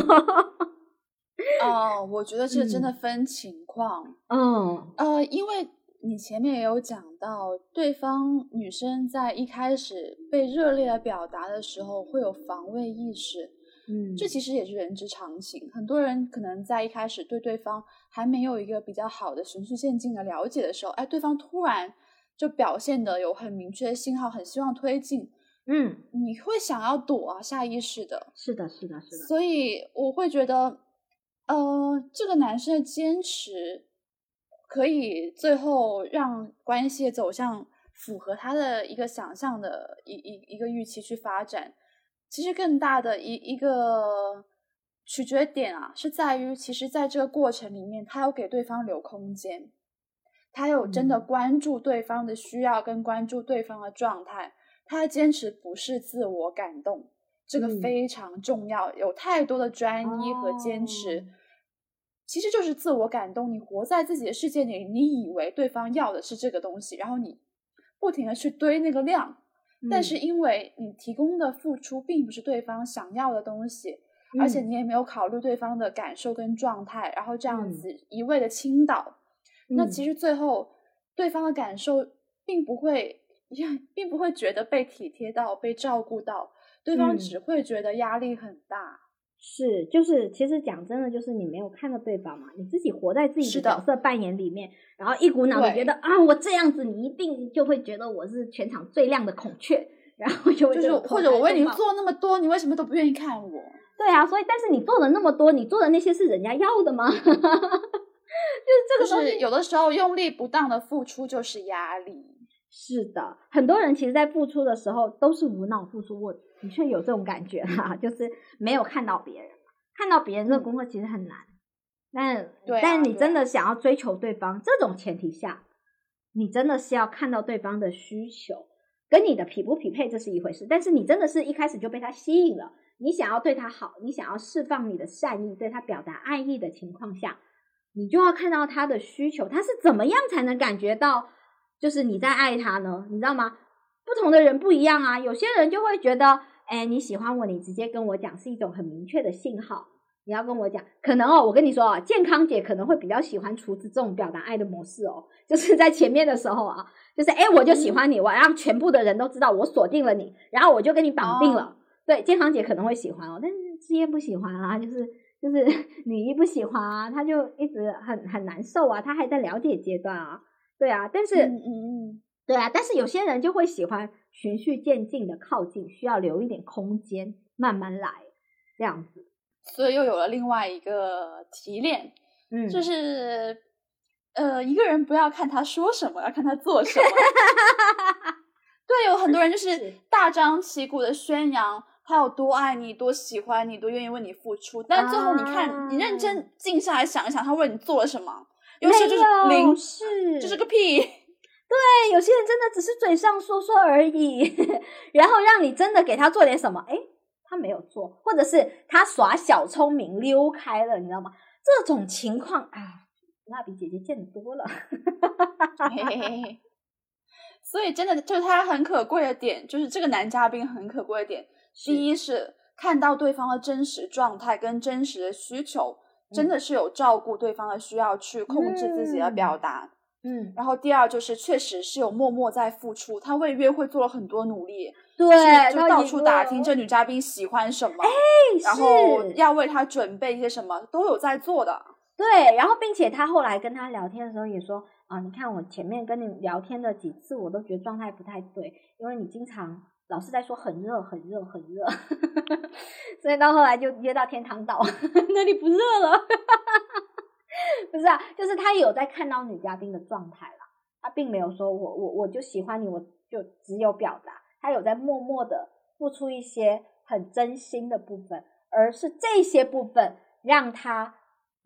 哦，我觉得这真的分情况。 嗯呃，因为你前面也有讲到，对方女生在一开始被热烈的表达的时候会有防卫意识， 嗯， 这其实也是人之常情。很多人可能在一开始对对方还没有一个比较好的循序渐进的了解的时候，哎，对方突然就表现的有很明确的信号，很希望推进， 嗯， 你会想要躲啊，下意识的。 是的是的是的， 所以我会觉得呃，这个男生的坚持可以最后让关系走向符合他的一个想象的一一一个预期去发展。其实更大的一一个取决点啊，是在于其实在这个过程里面，他有给对方留空间，他有真的关注对方的需要跟关注对方的状态，他的坚持不是自我感动，这个非常重要，有太多的专一和坚持、哦、其实就是自我感动。你活在自己的世界里，你以为对方要的是这个东西，然后你不停的去堆那个量、嗯、但是因为你提供的付出并不是对方想要的东西、嗯、而且你也没有考虑对方的感受跟状态，然后这样子一味的倾倒、嗯、那其实最后对方的感受并不会并不会觉得被体贴到被照顾到，对方只会觉得压力很大、嗯、 是就是其实讲真的，就是你没有看到对方嘛，你自己活在自己的角色扮演里面，然后一股脑的觉得啊，我这样子你一定就会觉得我是全场最亮的孔雀，然后就会就是或者我为你做那么多，你为什么都不愿意看我？ 对啊，所以但是你做了那么多，你做的那些是人家要的吗？就是这个东西， 就是有的时候用力不当的付出就是压力。 是的，很多人其实在付出的时候都是无脑付出，我的确有这种感觉啦，就是没有看到别人，看到别人这个功课其实很难，但、嗯、但你真的想要追求对方、啊、这种前提下，你真的是要看到对方的需求跟你的匹不匹配，这是一回事，但是你真的是一开始就被他吸引了，你想要对他好，你想要释放你的善意，对他表达爱意的情况下，你就要看到他的需求，他是怎么样才能感觉到就是你在爱他呢？你知道吗？不同的人不一样啊，有些人就会觉得哎，你喜欢我，你直接跟我讲是一种很明确的信号，你要跟我讲，可能哦，我跟你说啊，健康姐可能会比较喜欢厨子这种表达爱的模式哦，就是在前面的时候啊，就是哎，我就喜欢你，我让全部的人都知道我锁定了你，然后我就跟你绑定了、哦、对，健康姐可能会喜欢哦，但是志燕不喜欢啊，就是就是女一不喜欢啊，她就一直很很难受啊，她还在了解阶段啊，对啊，但是嗯嗯嗯， 对啊，但是有些人就会喜欢循序渐进的靠近，需要留一点空间，慢慢来，这样子。 所以又有了另外一个提炼，嗯，就是呃，一个人不要看他说什么，要看他做什么。对，有很多人就是大张旗鼓的宣扬他有多爱你，多喜欢你，多愿意为你付出，但最后你看、啊、你认真静下来想一想，他为你做了什么？有些就是零， 是就是个屁。 对，有些人真的只是嘴上说说而已，然后让你真的给他做点什么，诶他没有做，或者是他耍小聪明溜开了，你知道吗？这种情况啊，蜡笔姐姐见得多了。 嘿嘿嘿，所以真的就是他很可贵的点，就是这个男嘉宾很可贵的点，第一是看到对方的真实状态跟真实的需求，真的是有照顾对方的需要去控制自己的表达。嗯嗯，然后第二就是确实是有默默在付出，他为约会做了很多努力， 对， 就到处打听这女嘉宾喜欢什么，然后要为她准备一些什么，都有在做的。 对，然后并且他后来跟他聊天的时候也说啊，你看我前面跟你聊天的几次，我都觉得状态不太对，因为你经常老是在说很热很热很热，所以到后来就约到天堂岛，那里不热了。不是啊，就是他有在看到女嘉宾的状态啦，他并没有说我我我就喜欢你，我就只有表达，他有在默默的付出一些很真心的部分，而是这些部分让他的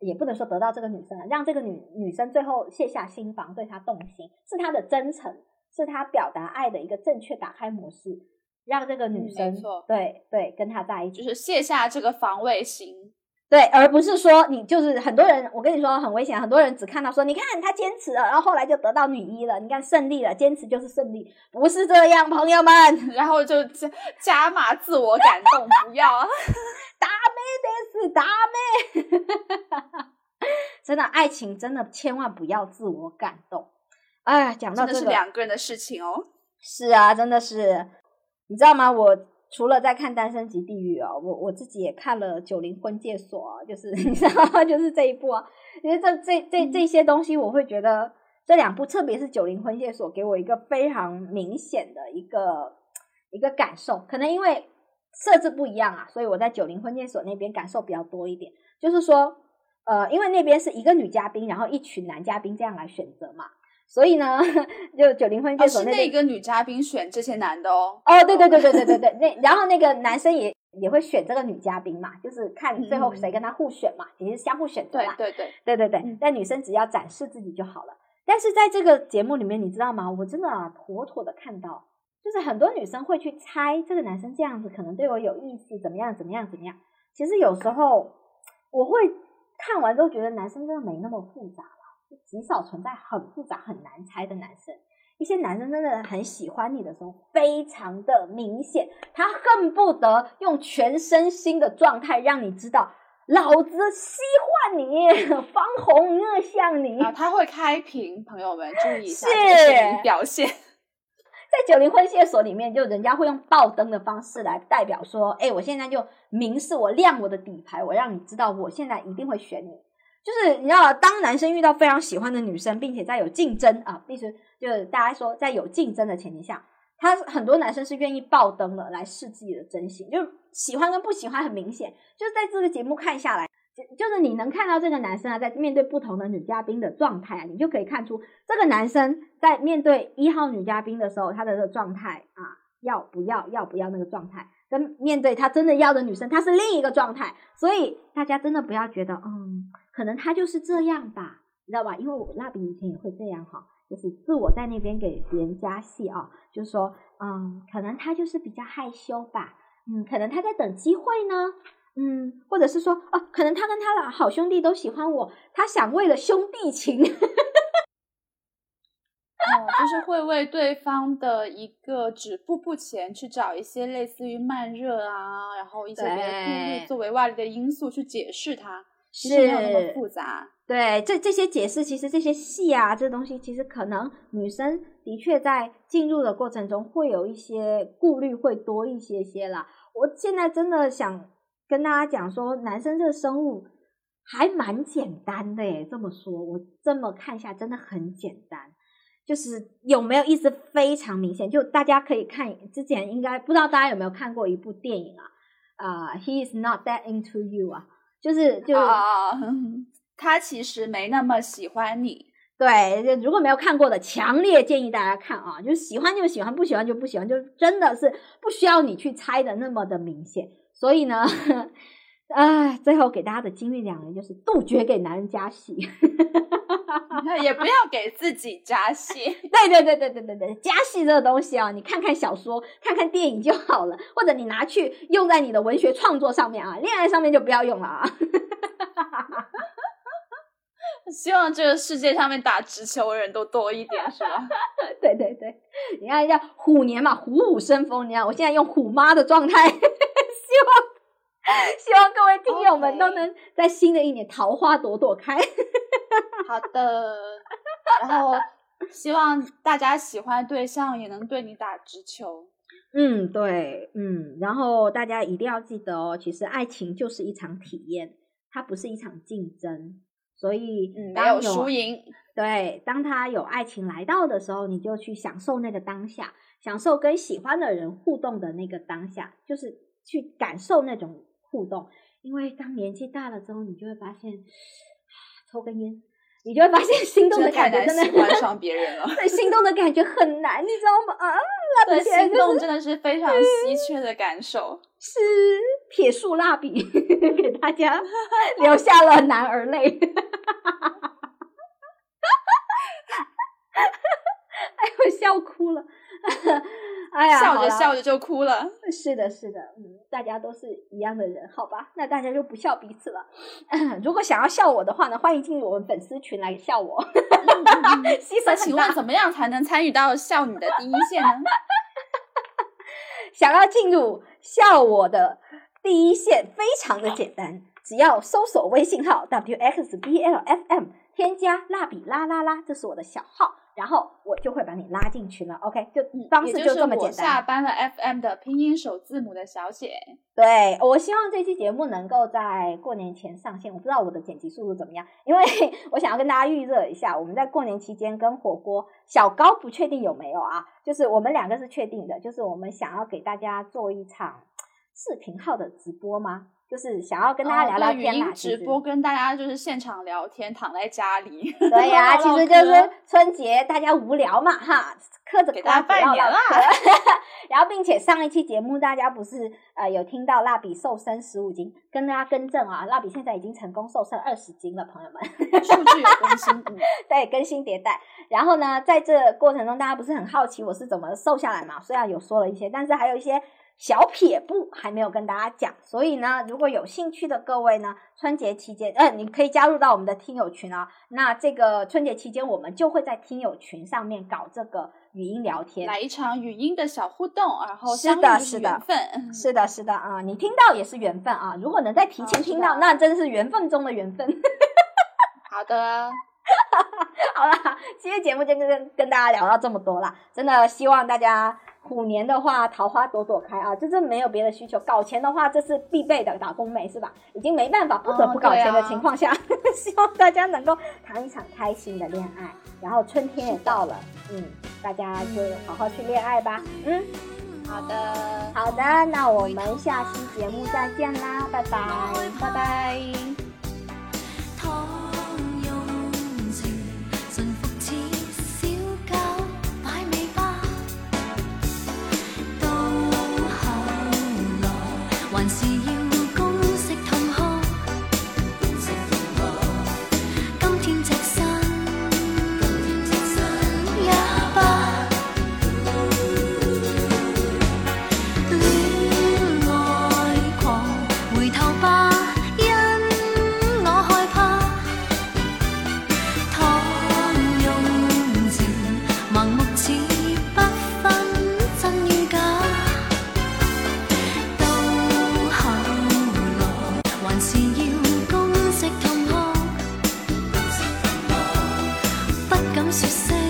也不能说得到这个女生了，让这个女女生最后卸下心防，对她动心，是她的真诚，是她表达爱的一个正确打开模式，让这个女生、嗯、对对跟她在一起， 就是卸下这个防卫心。 对，而不是说你就是很多人，我跟你说很危险，很多人只看到说你看他坚持了，然后后来就得到女一了，你看胜利了，坚持就是胜利，不是这样朋友们， 然后就加加码自我感动，不要ダメですダメ真的爱情真的千万不要自我感动。哎，讲到这个真的是两个人的事情哦。 是啊，真的是，你知道吗？我除了在看《单身即地狱》哦，我我自己也看了《九零婚介所》啊，就是你知道吗？就是这一部啊。因为这这这这些东西，我会觉得这两部，特别是《九零婚介所》，给我一个非常明显的一个一个感受。可能因为设置不一样啊，所以我在《九零婚介所》那边感受比较多一点。就是说，呃，因为那边是一个女嘉宾，然后一群男嘉宾这样来选择嘛。所以呢，就九零婚介所那、 哦、是那个女嘉宾选这些男的哦。 哦，对对对对对对对，那然后那个男生也也会选这个女嘉宾嘛，就是看最后谁跟他互选嘛，其实相互选择啦。 对对对对对对，嗯、但女生只要展示自己就好了。但是在这个节目里面，你知道吗？我真的啊，妥妥的看到，就是很多女生会去猜这个男生这样子可能对我有意思，怎么样怎么样怎么样。其实有时候我会看完之后觉得男生真的没那么复杂。极少存在很复杂很难猜的男生，一些男生真的很喜欢你的时候非常的明显，他恨不得用全身心的状态让你知道老子喜欢你，方红热向你、 啊、他会开屏，朋友们注意一下这个表现。 在九零婚介所里面，就人家会用爆灯的方式来代表说，哎，我现在就明示我亮我的底牌，我让你知道我现在一定会选你。就是你知道，当男生遇到非常喜欢的女生，并且在有竞争啊，必须就是大家说在有竞争的前提下，他很多男生是愿意爆灯的来试自己的真心，就喜欢跟不喜欢很明显。就是在这个节目看下来，就是你能看到这个男生啊，在面对不同的女嘉宾的状态啊，你就可以看出这个男生在面对一号女嘉宾的时候，他的这个状态啊，要不要要不要那个状态，跟面对他真的要的女生，他是另一个状态。所以大家真的不要觉得嗯。可能他就是这样吧，你知道吧？因为我蜡笔以前也会这样哈，就是自我在那边给别人加戏啊，就是说，嗯，可能他就是比较害羞吧，嗯，可能他在等机会呢，嗯，或者是说，哦，可能他跟他的好兄弟都喜欢我，他想为了兄弟情，哦， 就是会为对方的一个止步不前去找一些类似于慢热啊，然后一些别的顾虑作为外力的因素去解释它。其实没有那么复杂。 对，这这些解释，其实这些戏啊，这东西其实可能女生的确在进入的过程中会有一些顾虑，会多一些些啦。我现在真的想跟大家讲说，男生这个生物还蛮简单的耶，这么说，我这么看一下真的很简单，就是有没有意思非常明显。就大家可以看，之前应该不知道大家有没有看过一部电影啊，啊、uh, ，He is not that into you 啊。就是就、 啊、他其实没那么喜欢你。 对，如果没有看过的，强烈建议大家看啊！就是喜欢就喜欢，不喜欢就不喜欢，就真的是不需要你去猜的那么的明显。所以呢，哎，最后给大家的金玉良言就是杜绝给男人加戏， 也不要给自己加戏。 对对对对对对对，加戏这个东西啊，你看看小说、看看电影就好了，或者你拿去用在你的文学创作上面啊，恋爱上面就不要用了啊。 希望这个世界上面打直球的人都多一点，是吧？ 对对对，你看叫虎年嘛，虎虎生风。你看我现在用虎妈的状态，希望希望各位听友们都能在新的一年桃花朵朵开。 好的，然后希望大家喜欢对象也能对你打直球。 嗯，对，嗯，然后大家一定要记得哦，其实爱情就是一场体验，它不是一场竞争。所以、 嗯、没有输赢。 对，当他有爱情来到的时候，你就去享受那个当下，享受跟喜欢的人互动的那个当下，就是去感受那种互动。因为当年纪大了之后，你就会发现抽根烟，你就会发现心动的感觉真的喜欢上别人了。 对，心动的感觉很难，你知道吗？啊， 蜡笔心动真的是非常稀缺的感受， 是撇树蜡笔给大家流下了男儿泪。哎呦，笑哭了。哎呀， 笑着笑着就哭了。 是的，是的，嗯，大家都是一样的人，好吧？那大家就不笑彼此了。如果想要笑我的话呢，欢迎进入我们粉丝群来笑我。 那请问怎么样才能参与到笑你的第一线呢？ 想要进入笑我的第一线，非常的简单，只要搜索微信号 W X B L F M， 添加蜡笔啦啦啦，这是我的小号。然后我就会把你拉进群了 ，OK， 就方式就这么简单。也就是我下班了 F M 的拼音首字母的小姐。 对，我希望这期节目能够在过年前上线。我不知道我的剪辑速度怎么样，因为我想要跟大家预热一下，我们在过年期间跟火锅小高不确定有没有啊，就是我们两个是确定的，就是我们想要给大家做一场视频号的直播吗？就是想要跟大家聊聊天啦， 哦、语音直播跟大家就是现场聊天，躺在家里。 对呀、啊，其实就是春节大家无聊嘛，哈，嗑着给大家拜年啦。 然后，并且上一期节目大家不是呃有听到蜡笔瘦身十五斤，跟大家更正啊，蜡笔现在已经成功瘦身二十斤了，朋友们， 数据有更新，嗯， 对，更新迭代。然后呢，在这过程中，大家不是很好奇我是怎么瘦下来嘛？虽然有说了一些，但是还有一些小撇步还没有跟大家讲，所以呢，如果有兴趣的各位呢，春节期间，呃，你可以加入到我们的听友群啊。那这个春节期间，我们就会在听友群上面搞这个语音聊天， 来一场语音的小互动，然后相遇就是缘分， 是的，是的，是的啊，你听到也是缘分啊。如果能在提前听到，哦、那真是缘分中的缘分。 好的。 好啦，今天节目就跟跟大家聊到这么多啦，真的希望大家虎年的话桃花朵朵开啊，这是没有别的需求，搞钱的话这是必备的，打工妹是吧？已经没办法不得不搞钱的情况下、哦啊、希望大家能够谈一场开心的恋爱，然后春天也到了，嗯，大家就好好去恋爱吧。嗯， 好的好的，那我们下期节目再见啦，拜拜拜拜。 還是要公式痛哭，今天隻身一不戀愛狂，回頭吧，因我害怕。倘用情盲目似不分真與假。還是要公式痛哭，不敢說聲。